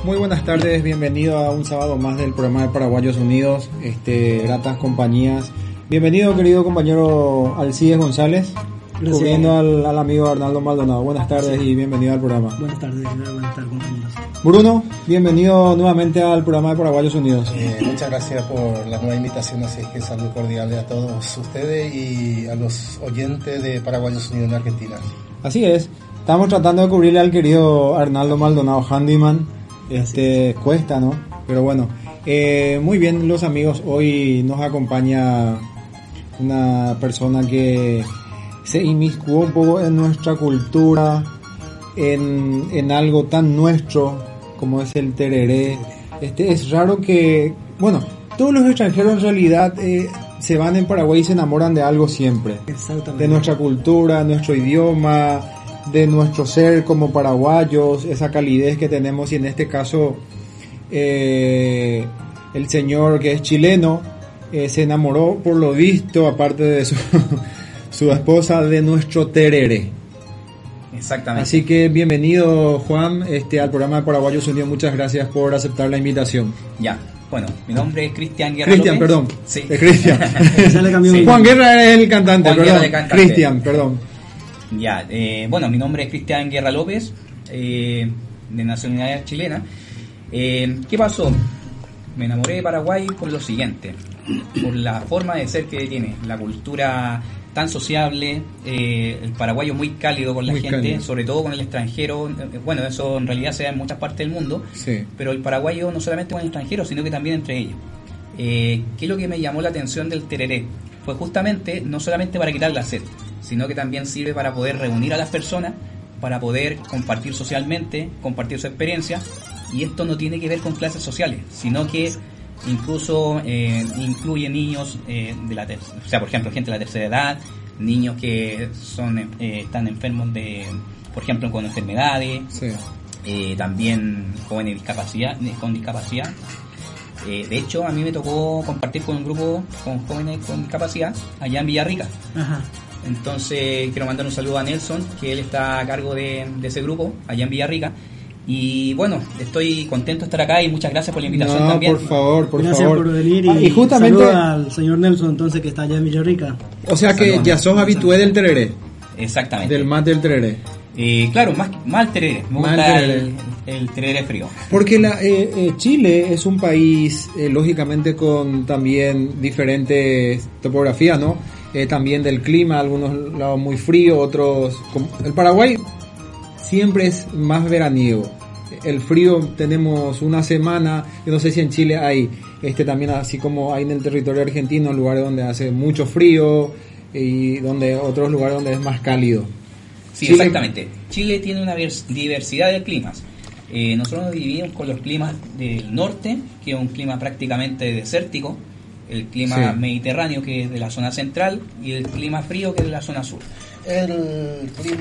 Muy buenas tardes, bienvenido a un sábado más del programa de Paraguayos Unidos, gratas compañías. Bienvenido, querido compañero Alcides González, cubriendo al amigo Arnaldo Maldonado. Buenas tardes y bienvenido al programa. Buenas tardes, compañeros. Bruno, bienvenido nuevamente al programa de Paraguayos Unidos. Muchas gracias por la nueva invitación, así que saludos cordiales a todos ustedes y a los oyentes de Paraguayos Unidos en Argentina. Así es, estamos tratando de cubrirle al querido Arnaldo Maldonado, handyman. Cuesta, ¿no? Pero bueno, muy bien, los amigos, hoy nos acompaña una persona que se inmiscuó un poco en nuestra cultura, en algo tan nuestro como es el tereré. Es raro que, bueno, todos los extranjeros en realidad se van en Paraguay y se enamoran de algo siempre. Exactamente. De nuestra cultura, nuestro idioma, de nuestro ser como paraguayos, esa calidez que tenemos, y en este caso el señor que es chileno se enamoró, por lo visto, aparte de su esposa, de nuestro tereré. Exactamente. Así que bienvenido, Juan, al programa de Paraguayos Unidos. Muchas gracias por aceptar la invitación. Ya, bueno, mi nombre es Cristian Guerra. Cristian, López. perdón. Sí. Cristian. Sí. Juan Guerra es el cantante, Juan perdón. Guerra, cantante. Cristian, perdón. Ya, bueno, mi nombre es Cristian Guerra López, de nacionalidad chilena. ¿Qué pasó? Me enamoré de Paraguay por lo siguiente, por la forma de ser que tiene, la cultura tan sociable, el paraguayo muy cálido con la gente, cálido, sobre todo con el extranjero. Bueno, eso en realidad se da en muchas partes del mundo, sí, pero el paraguayo no solamente con el extranjero, sino que también entre ellos. ¿Qué es lo que me llamó la atención del tereré? Fue justamente no solamente para quitar la sed, sino que también sirve para poder reunir a las personas, para poder compartir socialmente, compartir su experiencia, y esto no tiene que ver con clases sociales, sino que incluso incluye niños de la o sea, por ejemplo, gente de la tercera edad, niños que están enfermos por ejemplo, con enfermedades, sí, también jóvenes con discapacidad. De hecho, a mí me tocó compartir con un grupo con jóvenes con discapacidad allá en Villarrica. Ajá. Entonces quiero mandar un saludo a Nelson, que él está a cargo de ese grupo allá en Villarrica. Y bueno, estoy contento de estar acá y muchas gracias por la invitación también. Por favor. Gracias por venir y justamente saludo al señor Nelson, entonces, que está allá en Villarrica. O sea que Saludos, ya sos habitué del tereré. Exactamente. Del mate del tereré. Claro, más el tereré. Me gusta el tereré frío. Porque Chile es un país, lógicamente, con también diferentes topografías, ¿no? También del clima, algunos lados muy frío, otros... El Paraguay siempre es más veraniego. El frío tenemos una semana, yo no sé si en Chile hay también, así como hay en el territorio argentino, lugares donde hace mucho frío y donde otros lugares donde es más cálido. Sí, Chile, exactamente. Chile tiene una diversidad de climas. Nosotros nos dividimos con los climas del norte, que es un clima prácticamente desértico, el clima mediterráneo, que es de la zona central, y el clima frío, que es de la zona sur. El clima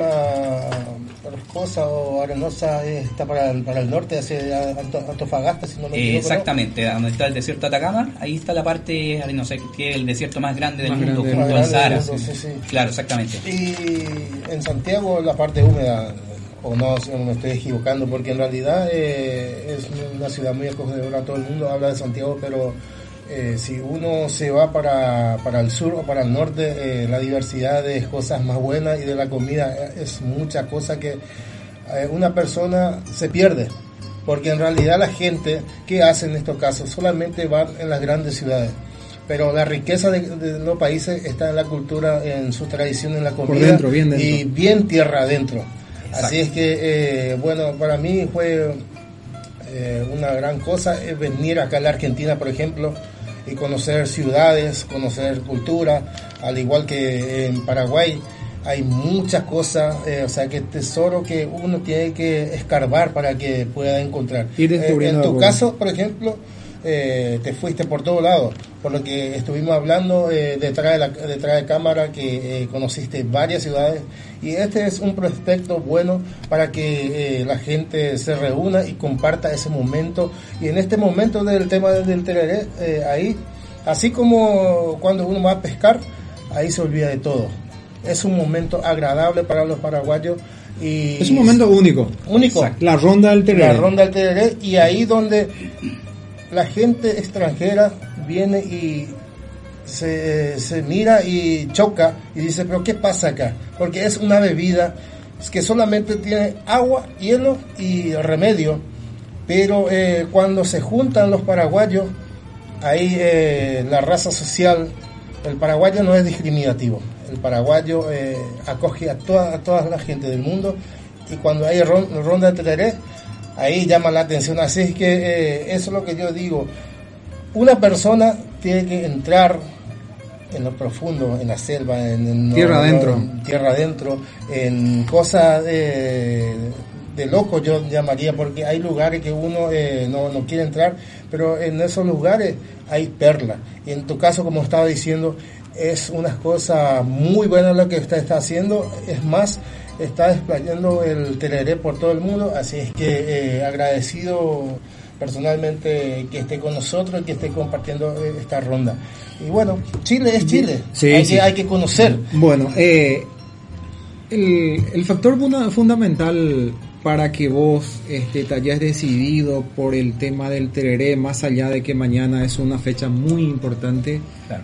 roscosa o arenosa está para el norte, hacia Antofagasta, si no me equivoco. Exactamente, ¿no? Donde está el desierto de Atacama, ahí está la parte arenosa, que es el desierto más grande del mundo, junto al Sahara. Sí. Claro, exactamente. Y en Santiago la parte húmeda, o no me estoy equivocando, porque en realidad es una ciudad muy acogedora, todo el mundo habla de Santiago, pero si uno se va para el sur o para el norte, la diversidad de cosas más buenas y de la comida es mucha cosa que una persona se pierde, porque en realidad la gente que hace en estos casos solamente va en las grandes ciudades, pero la riqueza de los países está en la cultura, en su tradición, en la comida, por dentro, bien dentro, y bien tierra adentro. Exacto. Así es que bueno, para mí fue una gran cosa venir acá a la Argentina, por ejemplo, y conocer ciudades, conocer cultura, al igual que en Paraguay hay muchas cosas, o sea, que tesoro que uno tiene que escarbar para que pueda encontrar. En tu caso, por ejemplo, te fuiste por todos lados, por lo que estuvimos hablando detrás de cámara, que conociste varias ciudades, y este es un prospecto bueno para que la gente se reúna y comparta ese momento. Y en este momento del tema del tereré, ahí, así como cuando uno va a pescar, ahí se olvida de todo. Es un momento agradable para los paraguayos Y Es un momento único. único. La ronda del tereré. La ronda del tereré, y ahí donde la gente extranjera viene y se mira y choca y dice, pero ¿qué pasa acá? Porque es una bebida que solamente tiene agua, hielo y remedio, pero cuando se juntan los paraguayos, ahí la raza social, el paraguayo no es discriminativo, el paraguayo acoge a toda la gente del mundo, y cuando hay ronda de tereré, ahí llama la atención. Así es que eso es lo que yo digo, una persona tiene que entrar en lo profundo, en la selva, en tierra adentro, en cosas de loco, yo llamaría, porque hay lugares que uno no quiere entrar, pero en esos lugares hay perlas. Y en tu caso, como estaba diciendo, es una cosa muy buena lo que usted está haciendo. Es más, está desplayando el tereré por todo el mundo, así es que agradecido personalmente que esté con nosotros y que esté compartiendo esta ronda. Y bueno, Chile es Chile, sí, hay que conocer. Bueno, el factor fundamental para que vos te hayas decidido por el tema del tereré, más allá de que mañana es una fecha muy importante, claro,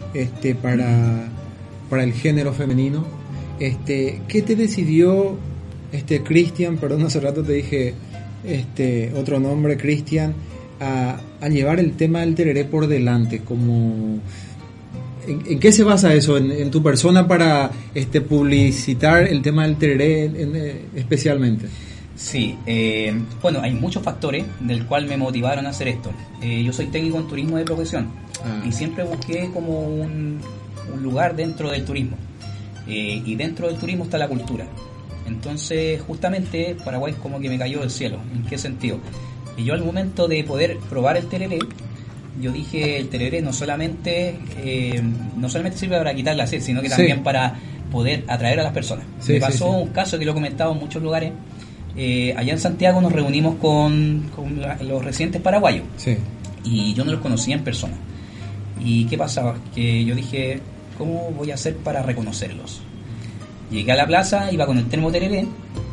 para el género femenino, ¿qué te decidió, Cristian? Perdón, hace rato te dije otro nombre, Cristian, a llevar el tema del tereré por delante? Como ¿en qué se basa eso en tu persona para publicitar el tema del tereré especialmente? Sí, bueno, hay muchos factores del cual me motivaron a hacer esto. Yo soy técnico en turismo de profesión y siempre busqué como un lugar dentro del turismo, y dentro del turismo está la cultura. Entonces justamente Paraguay como que me cayó del cielo. ¿En qué sentido? Y yo al momento de poder probar el tereré, yo dije, el tereré no solamente sirve para quitar la sed, sino que también para poder atraer a las personas. Me pasó un caso que lo he comentado en muchos lugares. Allá en Santiago nos reunimos con los residentes paraguayos, y yo no los conocía en persona. ¿Y qué pasaba? Que yo dije, ¿cómo voy a hacer para reconocerlos? Llegué a la plaza, iba con el termo tereré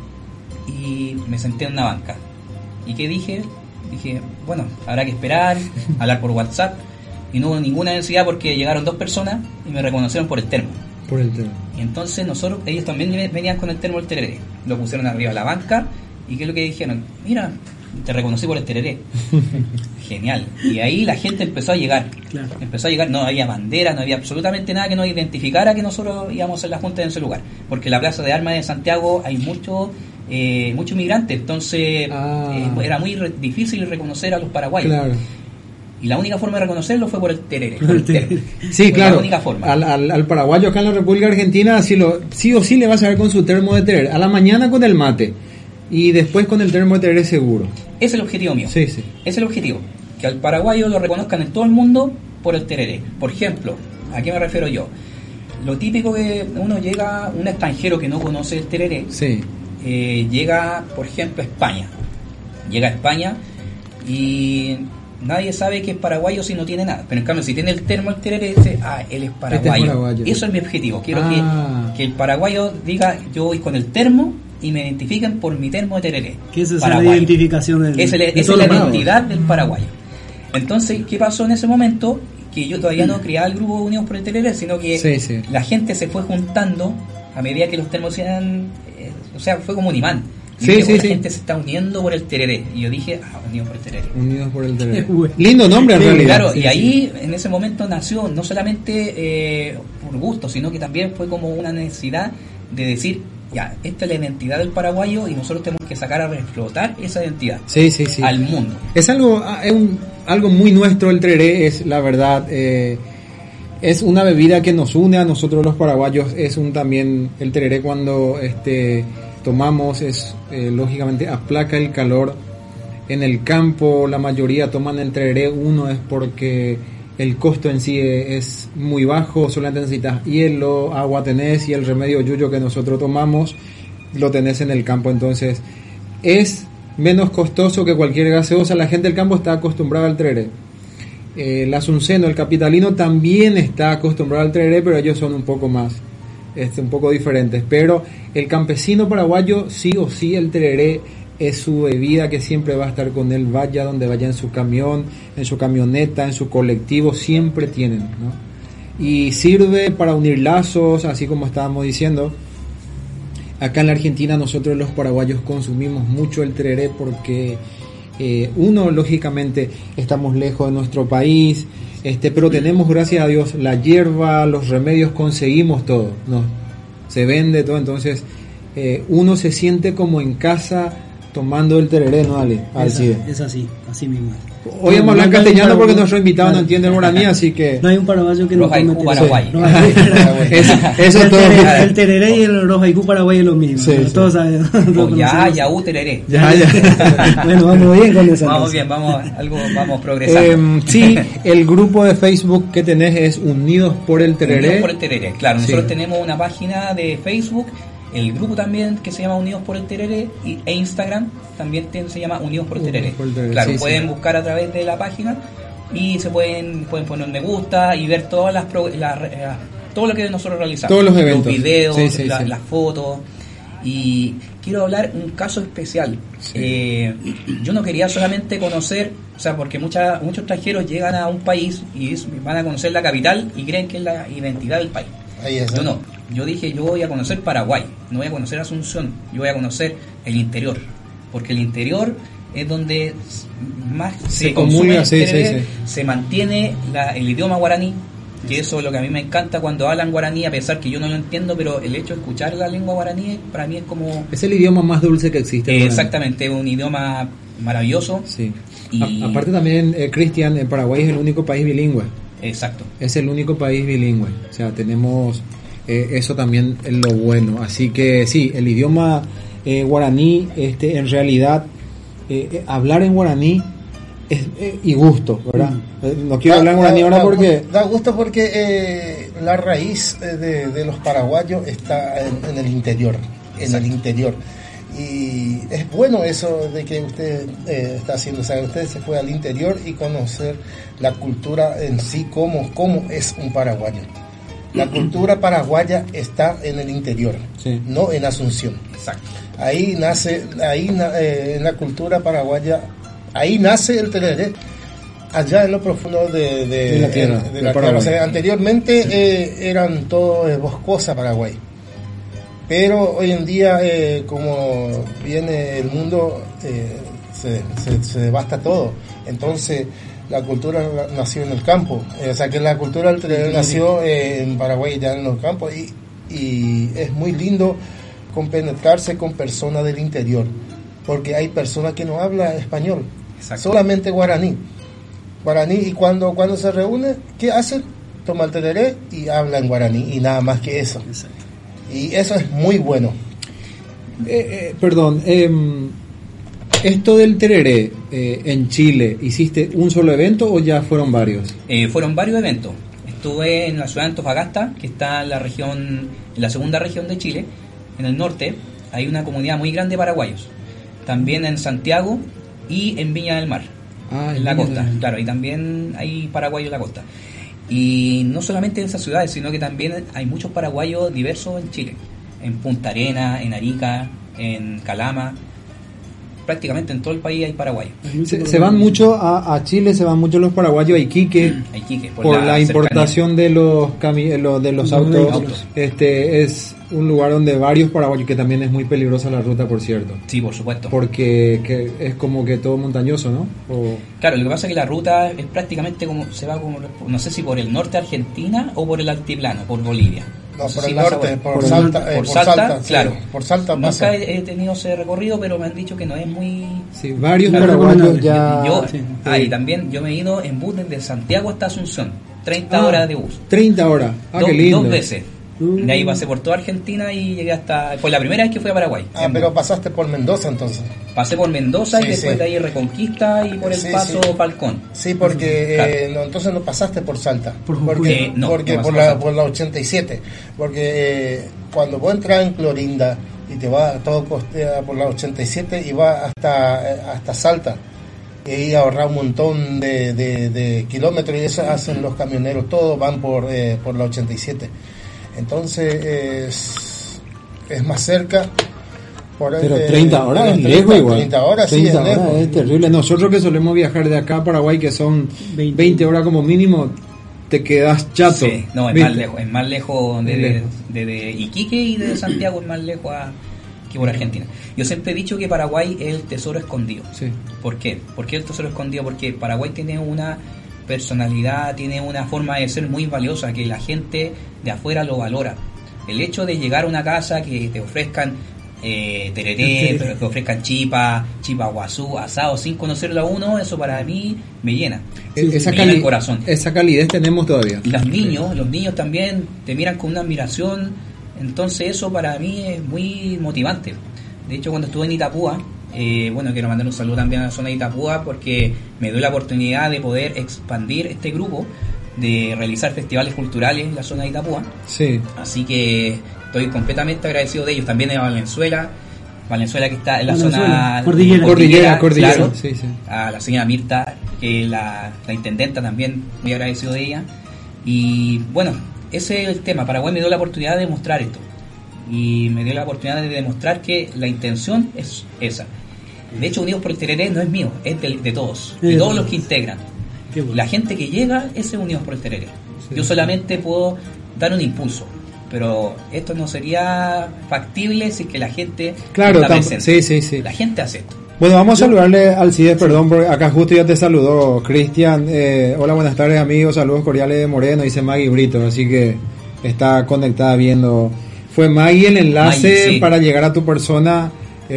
y me senté en una banca. ¿Y qué dije? Dije, bueno, habrá que esperar, hablar por WhatsApp, y no hubo ninguna necesidad porque llegaron 2 personas y me reconocieron por el termo. Y entonces ellos también venían con el termo del tereré, lo pusieron arriba de la banca, y ¿qué es lo que dijeron? Mira, te reconocí por el tereré. Genial. Y ahí la gente empezó a llegar. Claro. No había bandera, no había absolutamente nada que nos identificara que nosotros íbamos a la junta en ese lugar, porque en la Plaza de Armas de Santiago hay muchos inmigrantes, entonces era muy difícil reconocer a los paraguayos. Claro. Y la única forma de reconocerlo fue por el tereré. Sí, fue claro. La única forma. Al paraguayo acá en la República Argentina sí o sí le vas a ver con su termo de tereré. A la mañana con el mate y después con el termo de tereré seguro. Ese es el objetivo mío. Sí. Ese es el objetivo. Que al paraguayo lo reconozcan en todo el mundo por el tereré. Por ejemplo, ¿a qué me refiero yo? Lo típico que un extranjero que no conoce el tereré, llega, por ejemplo, a España. Llega a España y nadie sabe que es paraguayo si no tiene nada. Pero en cambio, si tiene el termo, el tereré, dice, él es paraguayo. Eso es mi objetivo. Quiero que el paraguayo diga, yo voy con el termo y me identifiquen por mi termo de tereré. Que esa es la identificación esa es la identidad del paraguayo. Entonces, ¿qué pasó en ese momento? Que yo todavía no creaba el grupo Unidos por el Tereré, sino que la gente se fue juntando a medida que los termos eran... fue como un imán. La gente se está uniendo por el tereré. Y yo dije, Unidos por el Tereré. Unidos por el Tereré. Lindo nombre en realidad. Claro, y ahí en ese momento nació no solamente por gusto, sino que también fue como una necesidad de decir, ya, esta es la identidad del paraguayo y nosotros tenemos que sacar a reflotar esa identidad al mundo. Es algo muy nuestro el tereré, es la verdad. Es una bebida que nos une a nosotros los paraguayos. También el tereré cuando tomamos lógicamente aplaca el calor. En el campo la mayoría toman el tereré. Uno es porque el costo en sí es muy bajo, solamente necesitas hielo, agua tenés, y el remedio yuyo que nosotros tomamos lo tenés en el campo. Entonces es menos costoso que cualquier gaseosa. La gente del campo está acostumbrada al tereré. El asunceno, el capitalino también está acostumbrado al tereré, pero ellos son un poco más un poco diferentes, pero el campesino paraguayo sí o sí el tereré es su bebida que siempre va a estar con él, vaya donde vaya, en su camión, en su camioneta, en su colectivo, siempre tienen, ¿no? Y sirve para unir lazos, así como estábamos diciendo. Acá en la Argentina nosotros los paraguayos consumimos mucho el tereré porque uno, lógicamente, estamos lejos de nuestro país, pero tenemos, gracias a Dios, la hierba, los remedios, conseguimos todo, ¿no? Se vende todo, entonces uno se siente como en casa tomando el tereré, ¿no, Ale? Es así, así mismo. Hoy vamos a hablar castellano porque nuestro invitado no entiende el guaraní, así que... No hay un paraguayo que no tome Paraguay. Eso todo. El tereré y el rojaicú paraguay es lo mismo. Sí, sí. Todos saben. Yaú tereré. Ya. Bueno, vamos bien con eso. Vamos bien, vamos progresando. Sí, el grupo de Facebook que tenés es Unidos por el Tereré. Unidos por el Tereré, claro. Nosotros Sí. tenemos una página de Facebook, el grupo también que se llama Unidos por el Tereré, e Instagram también se llama Unidos por el Tereré. Unidos por el Tereré, Claro, sí, pueden sí. buscar a través de la página y se pueden poner me gusta y ver todas todo lo que nosotros realizamos. Todos los eventos. Los videos, Sí, sí, sí. las fotos. Y quiero hablar un caso especial. Yo no quería solamente conocer, o sea, porque muchos extranjeros llegan a un país y van a conocer la capital y creen que es la identidad del país. Ahí es. Yo no. Yo dije, yo voy a conocer Paraguay, no voy a conocer Asunción, yo voy a conocer el interior, porque el interior es donde más se consume comulga, sí, tereré, sí. se mantiene el idioma guaraní, que eso es lo que a mí me encanta cuando hablan guaraní, a pesar que yo no lo entiendo, pero el hecho de escuchar la lengua guaraní para mí es como... Es el idioma más dulce que existe. exactamente, un idioma maravilloso. Sí. Y- Aparte también, Cristian, Paraguay es el único país bilingüe. Exacto. Es el único país bilingüe. O sea, tenemos eso también es lo bueno. Así que sí, el idioma guaraní, en realidad, hablar en guaraní es y gusto, ¿verdad? No quiero hablar en guaraní ahora porque... Da gusto porque la raíz de los paraguayos está en el interior. En el interior. Y es bueno eso de que usted está haciendo. O sea, usted se fue al interior y conocer la cultura en sí, cómo es un paraguayo. La cultura paraguaya está en el interior, Sí. no en Asunción. Exacto. Ahí nace, en la cultura paraguaya, ahí nace el tereré, allá en lo profundo de la tierra, de de la Paraguay. tierra. O sea, anteriormente eran todo boscosa Paraguay, pero hoy en día, como viene el mundo, se devasta todo. Entonces, la cultura nació en el campo, o sea que la cultura del tereré nació en Paraguay, ya en los campos, y es muy lindo compenetrarse con personas del interior, porque hay personas que no hablan español, Exacto. solamente guaraní, y cuando se reúnen, ¿qué hacen? Toman el tereré y hablan guaraní, y nada más que eso. Exacto. Y eso es muy bueno. Perdón, esto del tereré en Chile, ¿hiciste un solo evento o ya fueron varios? Fueron varios eventos. Estuve en la ciudad de Antofagasta, que está en la segunda región de Chile, en el norte. Hay una comunidad muy grande de paraguayos. También en Santiago y en Viña del Mar, en la costa. Claro, y también hay paraguayos en la costa. Y no solamente en esas ciudades, sino que también hay muchos paraguayos diversos en Chile. En Punta Arenas, en Arica, en Calama. Prácticamente en todo el país hay paraguayos. Se van mucho a Chile, se van mucho los paraguayos a Iquique. A Iquique, por la importación de los autos. autos. Es un lugar donde varios paraguayos, que también es muy peligrosa la ruta, por cierto, Sí, por supuesto. porque es como que todo montañoso, ¿no? Claro, lo que pasa es que la ruta es prácticamente se va como, no sé si por el norte de Argentina o por el altiplano, por Bolivia. No, por sé el si pasa norte, por por el Salta, por por Salta, Salta, sí, claro. por Salta pasa. Nunca he tenido ese recorrido, pero me han dicho que no es muy... Sí, varios Claro, paraguayos recomendable. ya... Y también yo me he ido en bus desde Santiago hasta Asunción, 30 horas de bus. 30 horas. Qué lindo. 2 veces. De ahí pasé por toda Argentina y llegué hasta... Fue la primera vez que fui a Paraguay. Pero pasaste por Mendoza entonces. Pasé por Mendoza Sí, y después sí. de ahí Reconquista y por el Sí, paso sí. Falcón. Sí, porque Claro. entonces no pasaste por Salta. Por Jujuy. porque No, porque no por, pasé la, por por la 87. Porque cuando vos entras en Clorinda y te vas todo costea por la 87 y vas hasta Salta, y ahí ahorrar un montón de kilómetros, y eso hacen los camioneros, todos van por la 87. Entonces es más cerca. Pero 30 horas es lejos igual. 30 horas 30 sí es horas lejos. es terrible. Nosotros que solemos viajar de acá a Paraguay, que son 20 horas como mínimo, te quedas chato. Sí, no, es ¿viste? más lejos. Es más lejos de Iquique y de Santiago, es más lejos que por Argentina. Yo siempre he dicho que Paraguay es el tesoro escondido. Sí. ¿Por qué? ¿Por qué el tesoro escondido? Porque Paraguay tiene una personalidad, tiene una forma de ser muy valiosa, que la gente de afuera lo valora. El hecho de llegar a una casa que te ofrezcan tereré, pero que ofrezcan chipa guazú, asado sin conocerlo a uno, eso para mí me llena. Esa me llena el corazón. Esa calidez tenemos todavía. Y los niños también te miran con una admiración, entonces eso para mí es muy motivante. De hecho, cuando estuve en Itapúa, quiero mandar un saludo también a la zona de Itapúa, porque me dio la oportunidad de poder expandir este grupo, de realizar festivales culturales en la zona de Itapúa. Sí. Así que estoy completamente agradecido de ellos. También a Valenzuela que está en la zona Cordillera. Claro, sí. a la señora Mirta, que es la intendenta, también muy agradecido de ella. Y bueno, ese es el tema. Paraguay me dio la oportunidad de mostrar esto, y me dio la oportunidad de demostrar que la intención es esa. De hecho, Unidos por el Tereré no es mío, es de todos, de todos los que integran. Bueno. La gente que llega es Unidos por el Tereré. Yo solamente puedo dar un impulso, pero esto no sería factible si que la gente Claro, está presente. Sí. La gente hace esto. Bueno, vamos a saludarle al CIDE, perdón, porque acá justo ya te saludó Cristian. Hola, buenas tardes amigos, saludos cordiales de Moreno, dice Maggie Brito, así que está conectada viendo. Fue Maggie el enlace Maggie, sí. Para llegar a tu persona.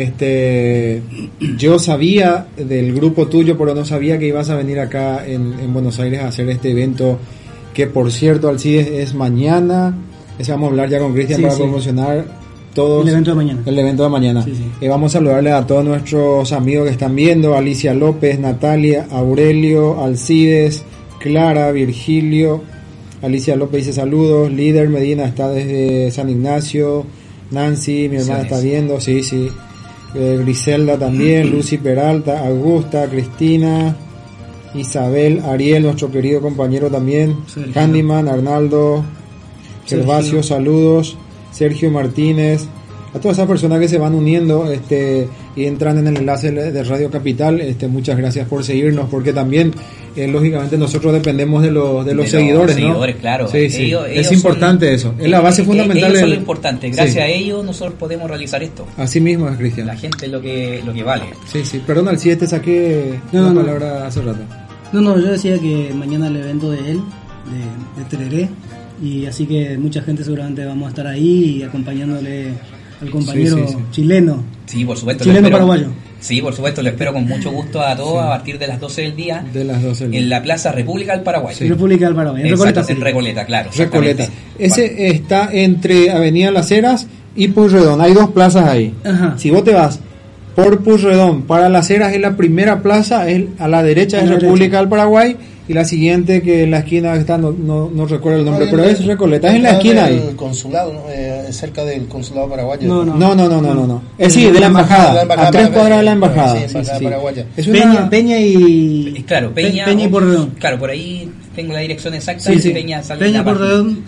Yo sabía del grupo tuyo, pero no sabía que ibas a venir acá en Buenos Aires a hacer este evento, que por cierto, Alcides, es mañana. Vamos a hablar ya con Cristian para promocionar todos el evento de mañana. El evento de mañana. Sí. Vamos a saludarle a todos nuestros amigos que están viendo: Alicia López, Natalia, Aurelio, Alcides, Clara, Virgilio. Alicia López dice saludos. Líder Medina está desde San Ignacio. Nancy, mi hermana, está viendo. Sí. Griselda también, Lucy Peralta, Augusta, Cristina, Isabel, Ariel, nuestro querido compañero también, Sergio. Handyman, Arnaldo, Gervasio, saludos, Sergio Martínez, a todas esas personas que se van uniendo y entran en el enlace de Radio Capital. Muchas gracias por seguirnos, porque también lógicamente nosotros dependemos de los seguidores, ¿no? Claro. Sí. Ellos es importante eso, es la base fundamental. Ellos son lo importante, gracias a ellos nosotros podemos realizar esto. Así mismo es, Cristian. La gente es lo que vale. Sí, perdón, al 7 saqué la palabra hace rato. No, yo decía que mañana el evento de él, de Tereré, y así que mucha gente seguramente vamos a estar ahí acompañándole al compañero chileno. Sí, por supuesto. Chileno-paraguayo. Sí, por supuesto, lo espero con mucho gusto a todos a partir de las 12 del día. En la Plaza República del Paraguay. Sí. República del Paraguay. En Recoleta, claro. Recoleta. Ese está entre Avenida Las Heras y Pueyrredón. Hay dos plazas ahí. Ajá. Si vos te vas por Pueyrredón para Las Heras, es la primera plaza, es a la derecha es República del Paraguay, y la siguiente, que en la esquina está, no recuerdo el nombre, pero es Recoleta, es en la esquina ahí. El consulado, cerca del consulado paraguayo. No. Es de la embajada, a 3 cuadras de la embajada. Sí, paraguaya. Es Peña y... Claro, Peña y Porredón. Claro, por ahí tengo la dirección exacta. Sí. Peña Porredón,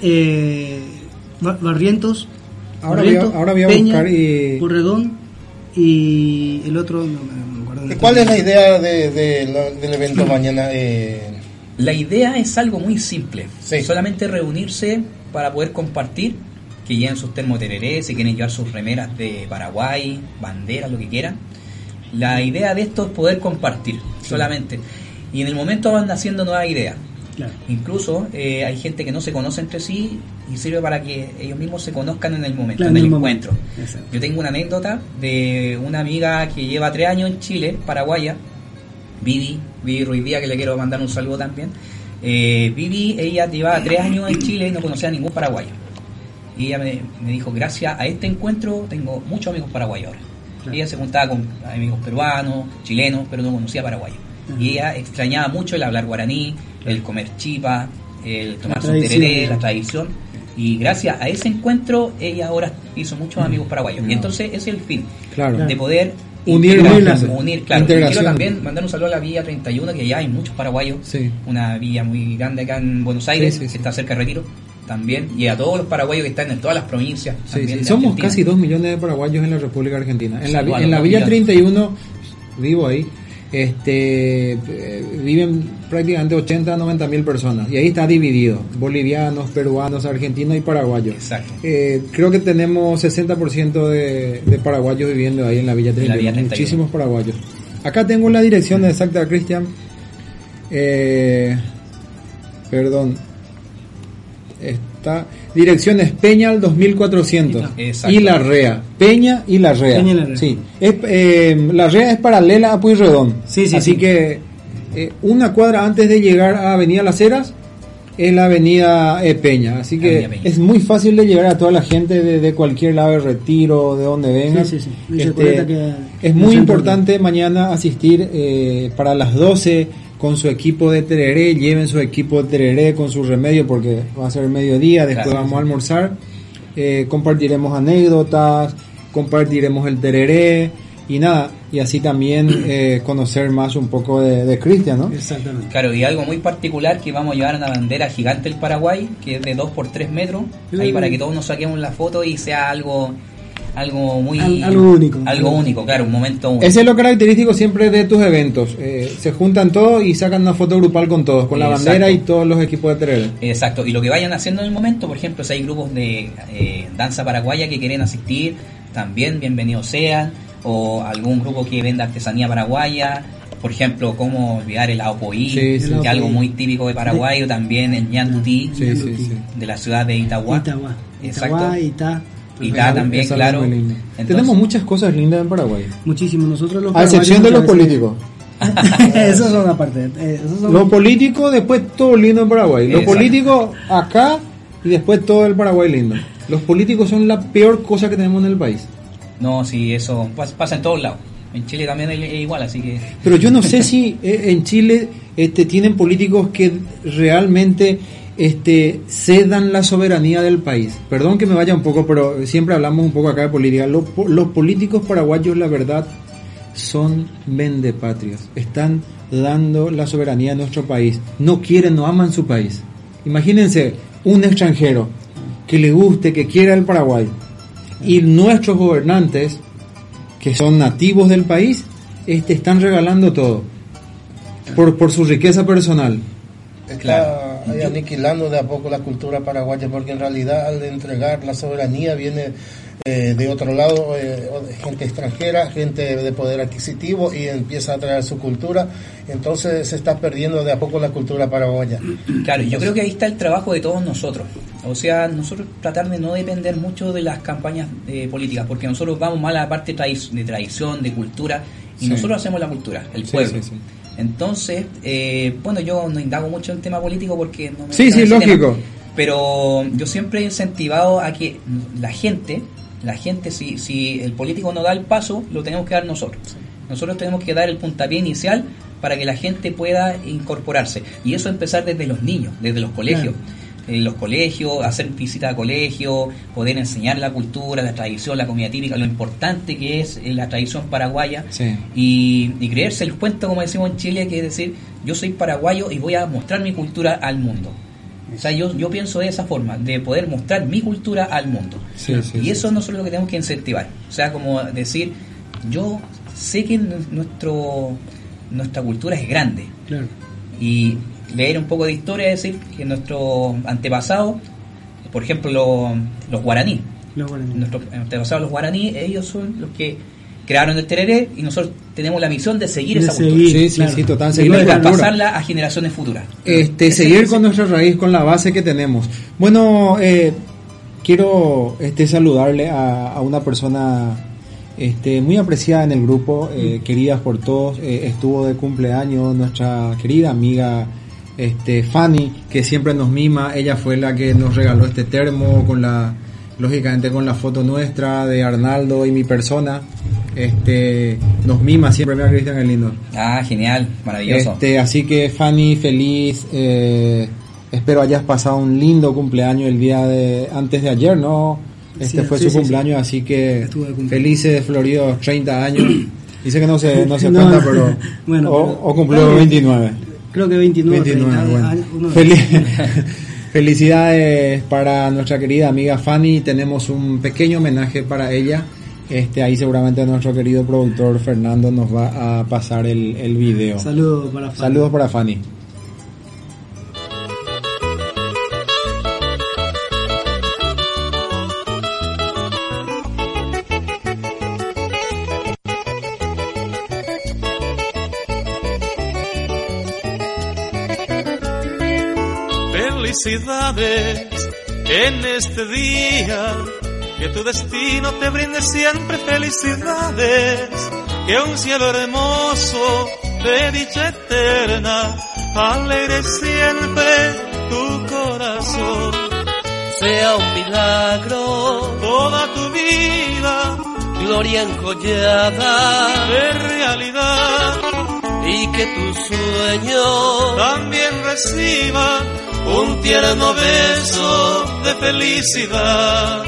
Barrientos. Ahora voy a Peña, buscar y... Porredón y el otro... No me acuerdo. ¿Cuál es la idea del evento mañana? La idea es algo muy simple. Sí. Solamente reunirse para poder compartir, que lleven sus termotererés, si quieren llevar sus remeras de Paraguay, banderas, lo que quieran. La idea de esto es poder compartir solamente. Y en el momento van naciendo nuevas ideas. Claro. Incluso hay gente que no se conoce entre sí y sirve para que ellos mismos se conozcan en el momento, claro, en el encuentro. Exacto. Yo tengo una anécdota de una amiga que lleva 3 años en Chile, paraguaya, Vivi Ruiz Díaz, que le quiero mandar un saludo también. Vivi, ella llevaba 3 años en Chile y no conocía a ningún paraguayo. Y ella me dijo, gracias a este encuentro tengo muchos amigos paraguayos ahora. Claro. Ella se juntaba con amigos peruanos, chilenos, pero no conocía paraguayos. Y ella extrañaba mucho el hablar guaraní, el comer chipa, el tomar su tereré, la tradición. Y gracias a ese encuentro ella ahora hizo muchos amigos paraguayos. Y entonces ese es el fin, de poder unir, claro. Y quiero también mandar un saludo a la Villa 31, que allá hay muchos paraguayos, una villa muy grande acá en Buenos Aires, que está cerca de Retiro. también, y a todos los paraguayos que están en todas las provincias. Sí. Somos Argentina. Casi 2 millones de paraguayos en la República Argentina. En la Villa 31, vivo ahí, viven prácticamente 80 a 90 mil personas, y ahí está dividido: bolivianos, peruanos, argentinos y paraguayos. Exacto. Creo que tenemos 60% de paraguayos viviendo ahí en la Villa 31. Muchísimos paraguayos. Acá tengo la dirección exacta, Cristian. Perdón. Esta dirección es Peña al 2400 y Larrea. Peña y Larrea. Sí. Larrea es paralela a Pueyrredón. Así que una cuadra antes de llegar a Avenida Las Heras es la Avenida Peña. Así que es muy fácil de llegar a toda la gente de cualquier lado de Retiro, de donde vengan. Es muy importante mañana asistir para las 12 con su equipo de tereré. Lleven su equipo de tereré con su remedio, porque va a ser mediodía, después vamos a almorzar, compartiremos anécdotas, compartiremos el tereré y nada, y así también conocer más un poco de Cristian, ¿no? Exactamente. Claro, y algo muy particular, que vamos a llevar una bandera gigante del Paraguay, que es de 2 por 3 metros, ahí para que todos nos saquemos la foto y sea algo muy algo único, claro, un momento único. Ese es lo característico siempre de tus eventos, se juntan todos y sacan una foto grupal con todos, con la bandera y todos los equipos de tereré. Exacto, y lo que vayan haciendo en el momento, por ejemplo, si hay grupos de danza paraguaya que quieren asistir, también bienvenidos sean, o algún grupo que venda artesanía paraguaya, por ejemplo, cómo olvidar el aopoí, que es algo muy típico de Paraguay, también el ñandutí, de la ciudad de Itagua. Exacto. Itá también, claro. Entonces, tenemos muchas cosas lindas en Paraguay. Muchísimo. Nosotros los a excepción de los políticos. Eso son aparte. Los políticos, después todo lindo en Paraguay. Los políticos acá y después todo el Paraguay lindo. Los políticos son la peor cosa que tenemos en el país. No, sí, eso pasa en todos lados. En Chile también es igual, así que... Pero yo no sé si en Chile tienen políticos que realmente cedan la soberanía del país. Perdón que me vaya un poco, pero siempre hablamos un poco acá de política. Los políticos paraguayos, la verdad, son vendepatrias. Están dando la soberanía a nuestro país. No quieren, no aman su país. Imagínense un extranjero que le guste, que quiera el Paraguay, y nuestros gobernantes, que son nativos del país, están regalando todo por su riqueza personal. Está aniquilando de a poco la cultura paraguaya, porque en realidad al entregar la soberanía viene de otro lado, gente extranjera, gente de poder adquisitivo, y empieza a traer su cultura. Entonces se está perdiendo de a poco la cultura paraguaya. Claro, yo creo que ahí está el trabajo de todos nosotros. O sea, nosotros tratar de no depender mucho de las campañas políticas, porque nosotros vamos más a la parte de tradición, de cultura, y nosotros hacemos la cultura, el pueblo. Sí. Entonces, bueno, yo no indago mucho en el tema político porque no me gusta ese lógico tema, pero yo siempre he incentivado a que la gente, si el político no da el paso, lo tenemos que dar nosotros. Nosotros tenemos que dar el puntapié inicial para que la gente pueda incorporarse, y eso empezar desde los niños, desde los colegios. En los colegios, hacer visitas a colegios, poder enseñar la cultura, la tradición, la comida típica, lo importante que es la tradición paraguaya, y creerse el cuento, como decimos en Chile, que es decir, yo soy paraguayo y voy a mostrar mi cultura al mundo. O sea, yo pienso de esa forma, de poder mostrar mi cultura al mundo. Y eso nosotros es lo que tenemos que incentivar. O sea, como decir, yo sé que nuestra cultura es grande. Y leer un poco de historia, es decir, que nuestros antepasados, por ejemplo los guaraní, nuestros antepasados los guaraní, ellos son los que crearon el tereré, y nosotros tenemos la misión de seguir esa cultura. Sí, total, seguir para pasarla a generaciones futuras. Seguir con nuestra raíz, con la base que tenemos. Bueno, quiero saludarle a una persona muy apreciada en el grupo, querida por todos. Estuvo de cumpleaños nuestra querida amiga Fanny, que siempre nos mima. Ella fue la que nos regaló este termo lógicamente con la foto nuestra de Arnaldo y mi persona. Nos mima siempre, mira, Cristian, es lindo. Genial, maravilloso. Así que Fanny, feliz, espero hayas pasado un lindo cumpleaños el día antes de ayer, ¿no? Fue su cumpleaños, así que felices, floridos 30 años. Dice que no se cuenta, pero bueno, o cumplió 29. Creo que 29. Bueno. Felicidades para nuestra querida amiga Fanny. Tenemos un pequeño homenaje para ella. Ahí seguramente nuestro querido productor Fernando nos va a pasar el video. Saludos para Fanny. Saludos para Fanny. Felicidades en este día, que tu destino te brinde siempre felicidades, que un cielo hermoso de dicha eterna alegre siempre tu corazón. Sea un milagro Toda tu vida, gloria encollada de realidad, y que tu sueño también reciba un tierno beso de felicidad.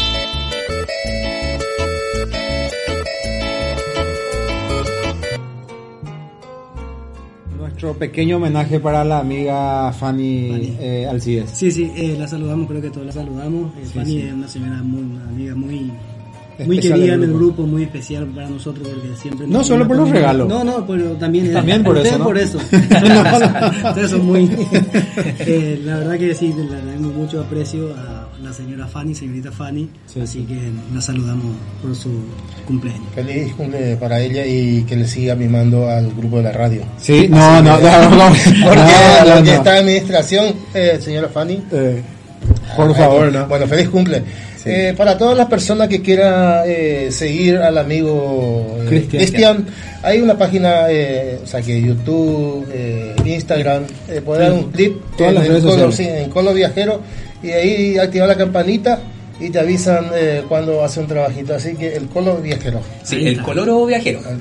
Nuestro pequeño homenaje para la amiga Fanny Alcides. Sí, la saludamos, creo que todos la saludamos. Fanny es una señora una amiga muy querida en el grupo, muy especial para nosotros porque siempre... No solo por los regalos. No, pero también por eso, ¿no? por eso. Ustedes son muy... la verdad que sí, le damos mucho aprecio a la señorita Fanny, así que la saludamos por su cumpleaños. Feliz cumple para ella y que le siga mimando al grupo de la radio. Sí, no. Porque la que está en administración, señora Fanny. Por favor, ¿no? Bueno, feliz cumple. Sí. Para todas las personas que quieran seguir al amigo Cristian, hay una página, o sea que YouTube, Instagram, puede dar un clip en Color Viajero y ahí activar la campanita y te avisan cuando hace un trabajito, así que el Color Viajero. Sí, el Coloro Viajero. El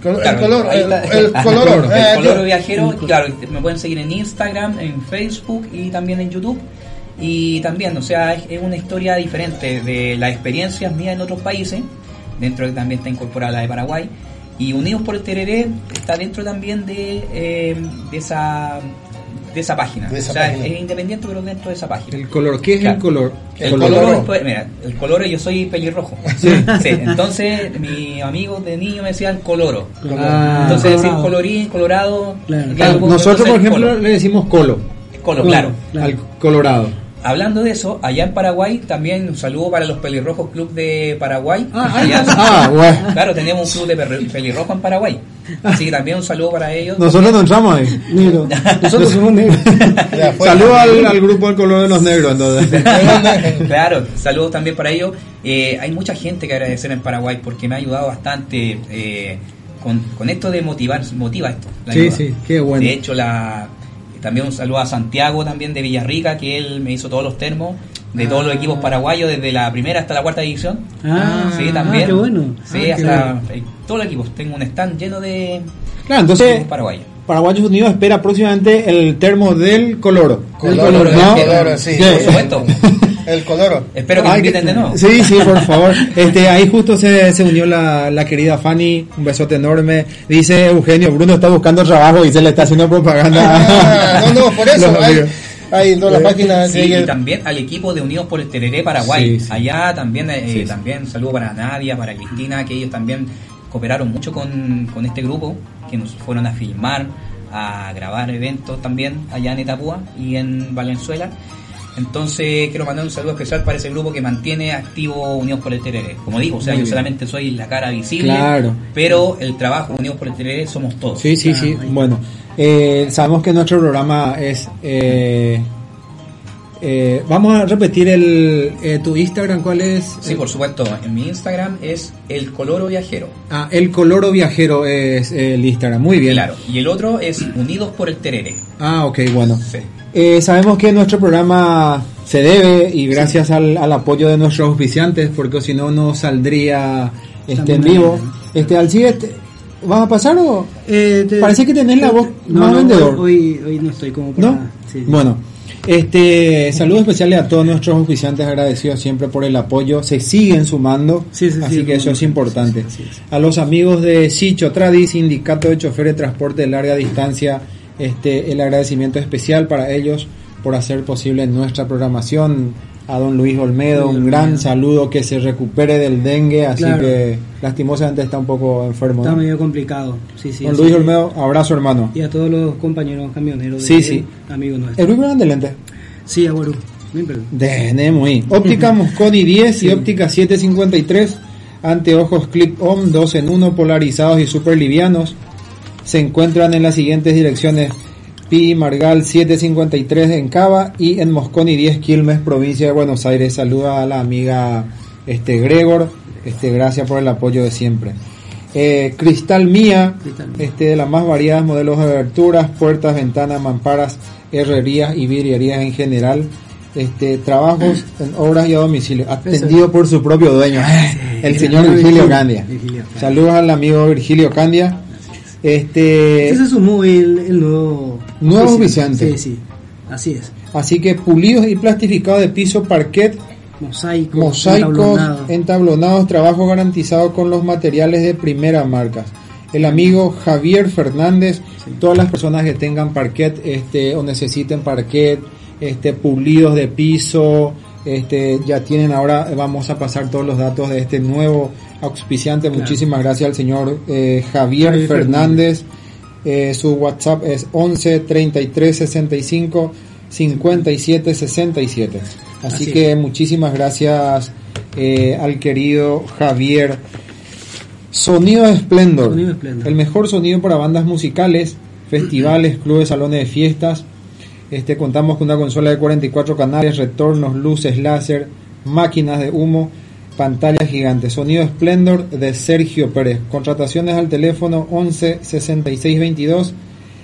Coloro Viajero, claro, me pueden seguir en Instagram, en Facebook y también en YouTube. Y también, o sea, es una historia diferente de las experiencias mías en otros países, dentro de que también está incorporada la de Paraguay, y Unidos por el Tereré está dentro también de esa página. O sea, es independiente pero dentro de esa página. El color, ¿qué es el color? El color, mira, el color, yo soy pelirrojo. Sí, entonces mi amigo de niño me decían coloro. Entonces decir colorín, colorado. Claro. Nosotros, por ejemplo, le decimos colo, claro. Al colorado. Hablando de eso, allá en Paraguay también un saludo para los Pelirrojos Club de Paraguay. Bueno. Claro, tenemos un club de pelirrojo en Paraguay. Así que también un saludo para ellos. Nosotros no entramos ahí. Nosotros somos negros. Saludos al grupo del color de los negros. Entonces. Claro, saludos también para ellos. Hay mucha gente que agradecer en Paraguay porque me ha ayudado bastante con esto de motiva esto. Sí, qué bueno. De hecho, también un saludo a Santiago también de Villarrica, que él me hizo todos los termos de todos los equipos paraguayos, desde la primera hasta la cuarta división. Sí, también. Qué bueno. Sí, hasta todos los equipos. Tengo un stand lleno de entonces paraguayos. Paraguayos Unidos espera próximamente el termo del Coloro. Coloro, ¿no? Sí. Por supuesto. El Coloro. Espero que me inviten de nuevo. Sí, por favor. Ahí justo se unió la querida Fanny. Un besote enorme. Dice Eugenio, Bruno está buscando trabajo y se le está haciendo propaganda. No, por eso. Hay todas las páginas. Sí, y también al equipo de Unidos por el Tereré Paraguay. Sí. Allá también, también saludo para Nadia, para Cristina, que ellos también cooperaron mucho con este grupo, que nos fueron a filmar, a grabar eventos también allá en Itapúa y en Valenzuela. Entonces quiero mandar un saludo especial para ese grupo que mantiene activo Unidos por el Tereré. Como digo, o sea, yo solamente soy la cara visible, pero el trabajo Unidos por el Tereré somos todos. Sí. Bueno, sabemos que nuestro programa es... vamos a repetir tu Instagram, ¿cuál es? Sí, por supuesto, en mi Instagram es El Coloro Viajero. El Coloro Viajero es el Instagram, muy bien. Claro, y el otro es Unidos por el Tereré. Ok, bueno. Sí. Sabemos que nuestro programa se debe y gracias al apoyo de nuestros auspiciantes, porque si no saldría en vivo. Alcides, ¿vas a pasar o...? Parece que tenés la voz más vendedor. Hoy no estoy como para... ¿No? Sí. Bueno, saludos especiales a todos nuestros auspiciantes, agradecidos siempre por el apoyo, se siguen sumando, así que eso es importante. Sí. A los amigos de Sicho Tradi, Sindicato de Choferes de Transporte de Larga Distancia, el agradecimiento especial para ellos por hacer posible nuestra programación. A don Luis Olmedo, un gran saludo, que se recupere del dengue, así que lastimosamente está un poco enfermo. Está medio complicado. Don Luis Olmedo, abrazo, hermano. Y a todos los compañeros camioneros, amigos nuestros. ¿El Luis de lente? Sí, abuelo. Muy. Óptica Mosconi 10 y óptica 753, anteojos clip-on 2 en 1, polarizados y super livianos. Se encuentran en las siguientes direcciones: Pi Margal 753 en Cava y en Mosconi 10, Quilmes, provincia de Buenos Aires. Saluda a la amiga Gregor, gracias por el apoyo de siempre. Cristal Mía, de las más variadas modelos de aberturas, puertas, ventanas, mamparas, herrerías y vidrierías en general. Trabajos en obras y a domicilio, atendido por su propio dueño, el señor Virgilio Candia. Saludos al amigo Virgilio Candia. Se sumó el nuevo oficiante. Sí, así es. Así que pulidos y plastificados de piso, parquet, mosaicos, entablonados, trabajo garantizado con los materiales de primera marca. El amigo Javier Fernández, todas las personas que tengan parquet o necesiten parquet, pulidos de piso, ya tienen. Ahora vamos a pasar todos los datos de este nuevo auspiciante. Muchísimas gracias al señor Javier Fernández. Su WhatsApp es 11 33 65 57 67. Así que muchísimas gracias al querido Javier. Sonido Splendor, el mejor sonido para bandas musicales, festivales, clubes, salones de fiestas. Contamos con una consola de 44 canales, retornos, luces láser, máquinas de humo, pantallas gigantes. Sonido Splendor de Sergio Pérez. Contrataciones al teléfono 11 66 22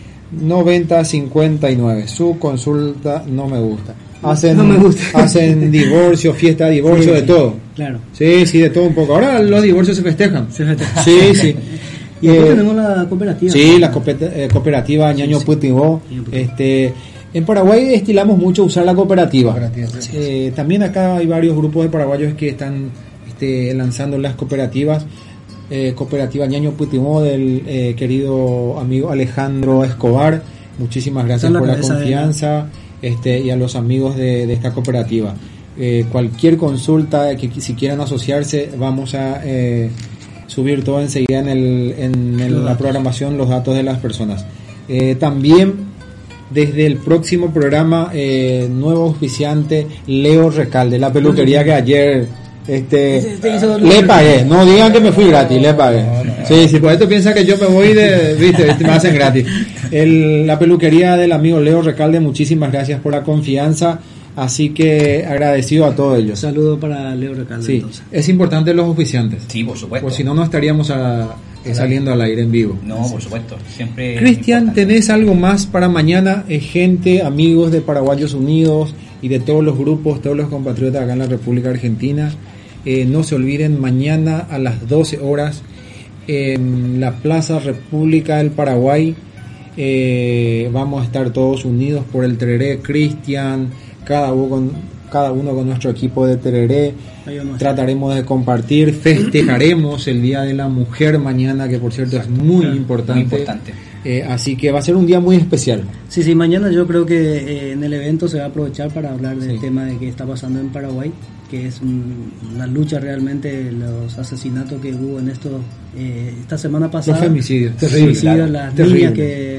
90 59. Su consulta no me gusta. Hacen divorcio, fiesta de divorcio, de todo. Claro. Sí, de todo un poco. Ahora los divorcios se festejan. Sí. Y después tenemos la cooperativa. Sí, la cooperativa Ñaño Putigó. En Paraguay estilamos mucho usar la cooperativa. También acá hay varios grupos de paraguayos que están lanzando las cooperativas. Cooperativa Ñaño Putigó del querido amigo Alejandro Escobar. Muchísimas gracias por la confianza. Y a los amigos de esta cooperativa. Cualquier consulta que si quieran asociarse, vamos a subir todo enseguida en la programación, los datos de las personas. También desde el próximo programa, nuevo auspiciante, Leo Recalde, la peluquería que ayer le pagué. No digan que me fui gratis, le pagué. Sí, por esto piensa que yo me voy me hacen gratis. La peluquería del amigo Leo Recalde, muchísimas gracias por la confianza. Así que agradecido a todos ellos. Saludo para Leo Recalde. Sí, entonces. Es importante los oficiantes. Sí, por supuesto. Por si no estaríamos saliendo al aire en vivo. No, por supuesto. Siempre. Cristian, ¿tenés algo más para mañana? Gente, amigos de Paraguayos Unidos y de todos los grupos, todos los compatriotas acá en la República Argentina. No se olviden, mañana a las 12 horas en la Plaza República del Paraguay vamos a estar todos unidos por el tereré. Cristian, cada uno con nuestro equipo de tereré. Trataremos de compartir, festejaremos el Día de la Mujer mañana, que por cierto es muy importante. Así que va a ser un día muy especial. Sí, mañana yo creo que en el evento se va a aprovechar para hablar del tema de qué está pasando en Paraguay, que es una lucha realmente, los asesinatos que hubo en esta semana pasada. Los femicidios, las niñas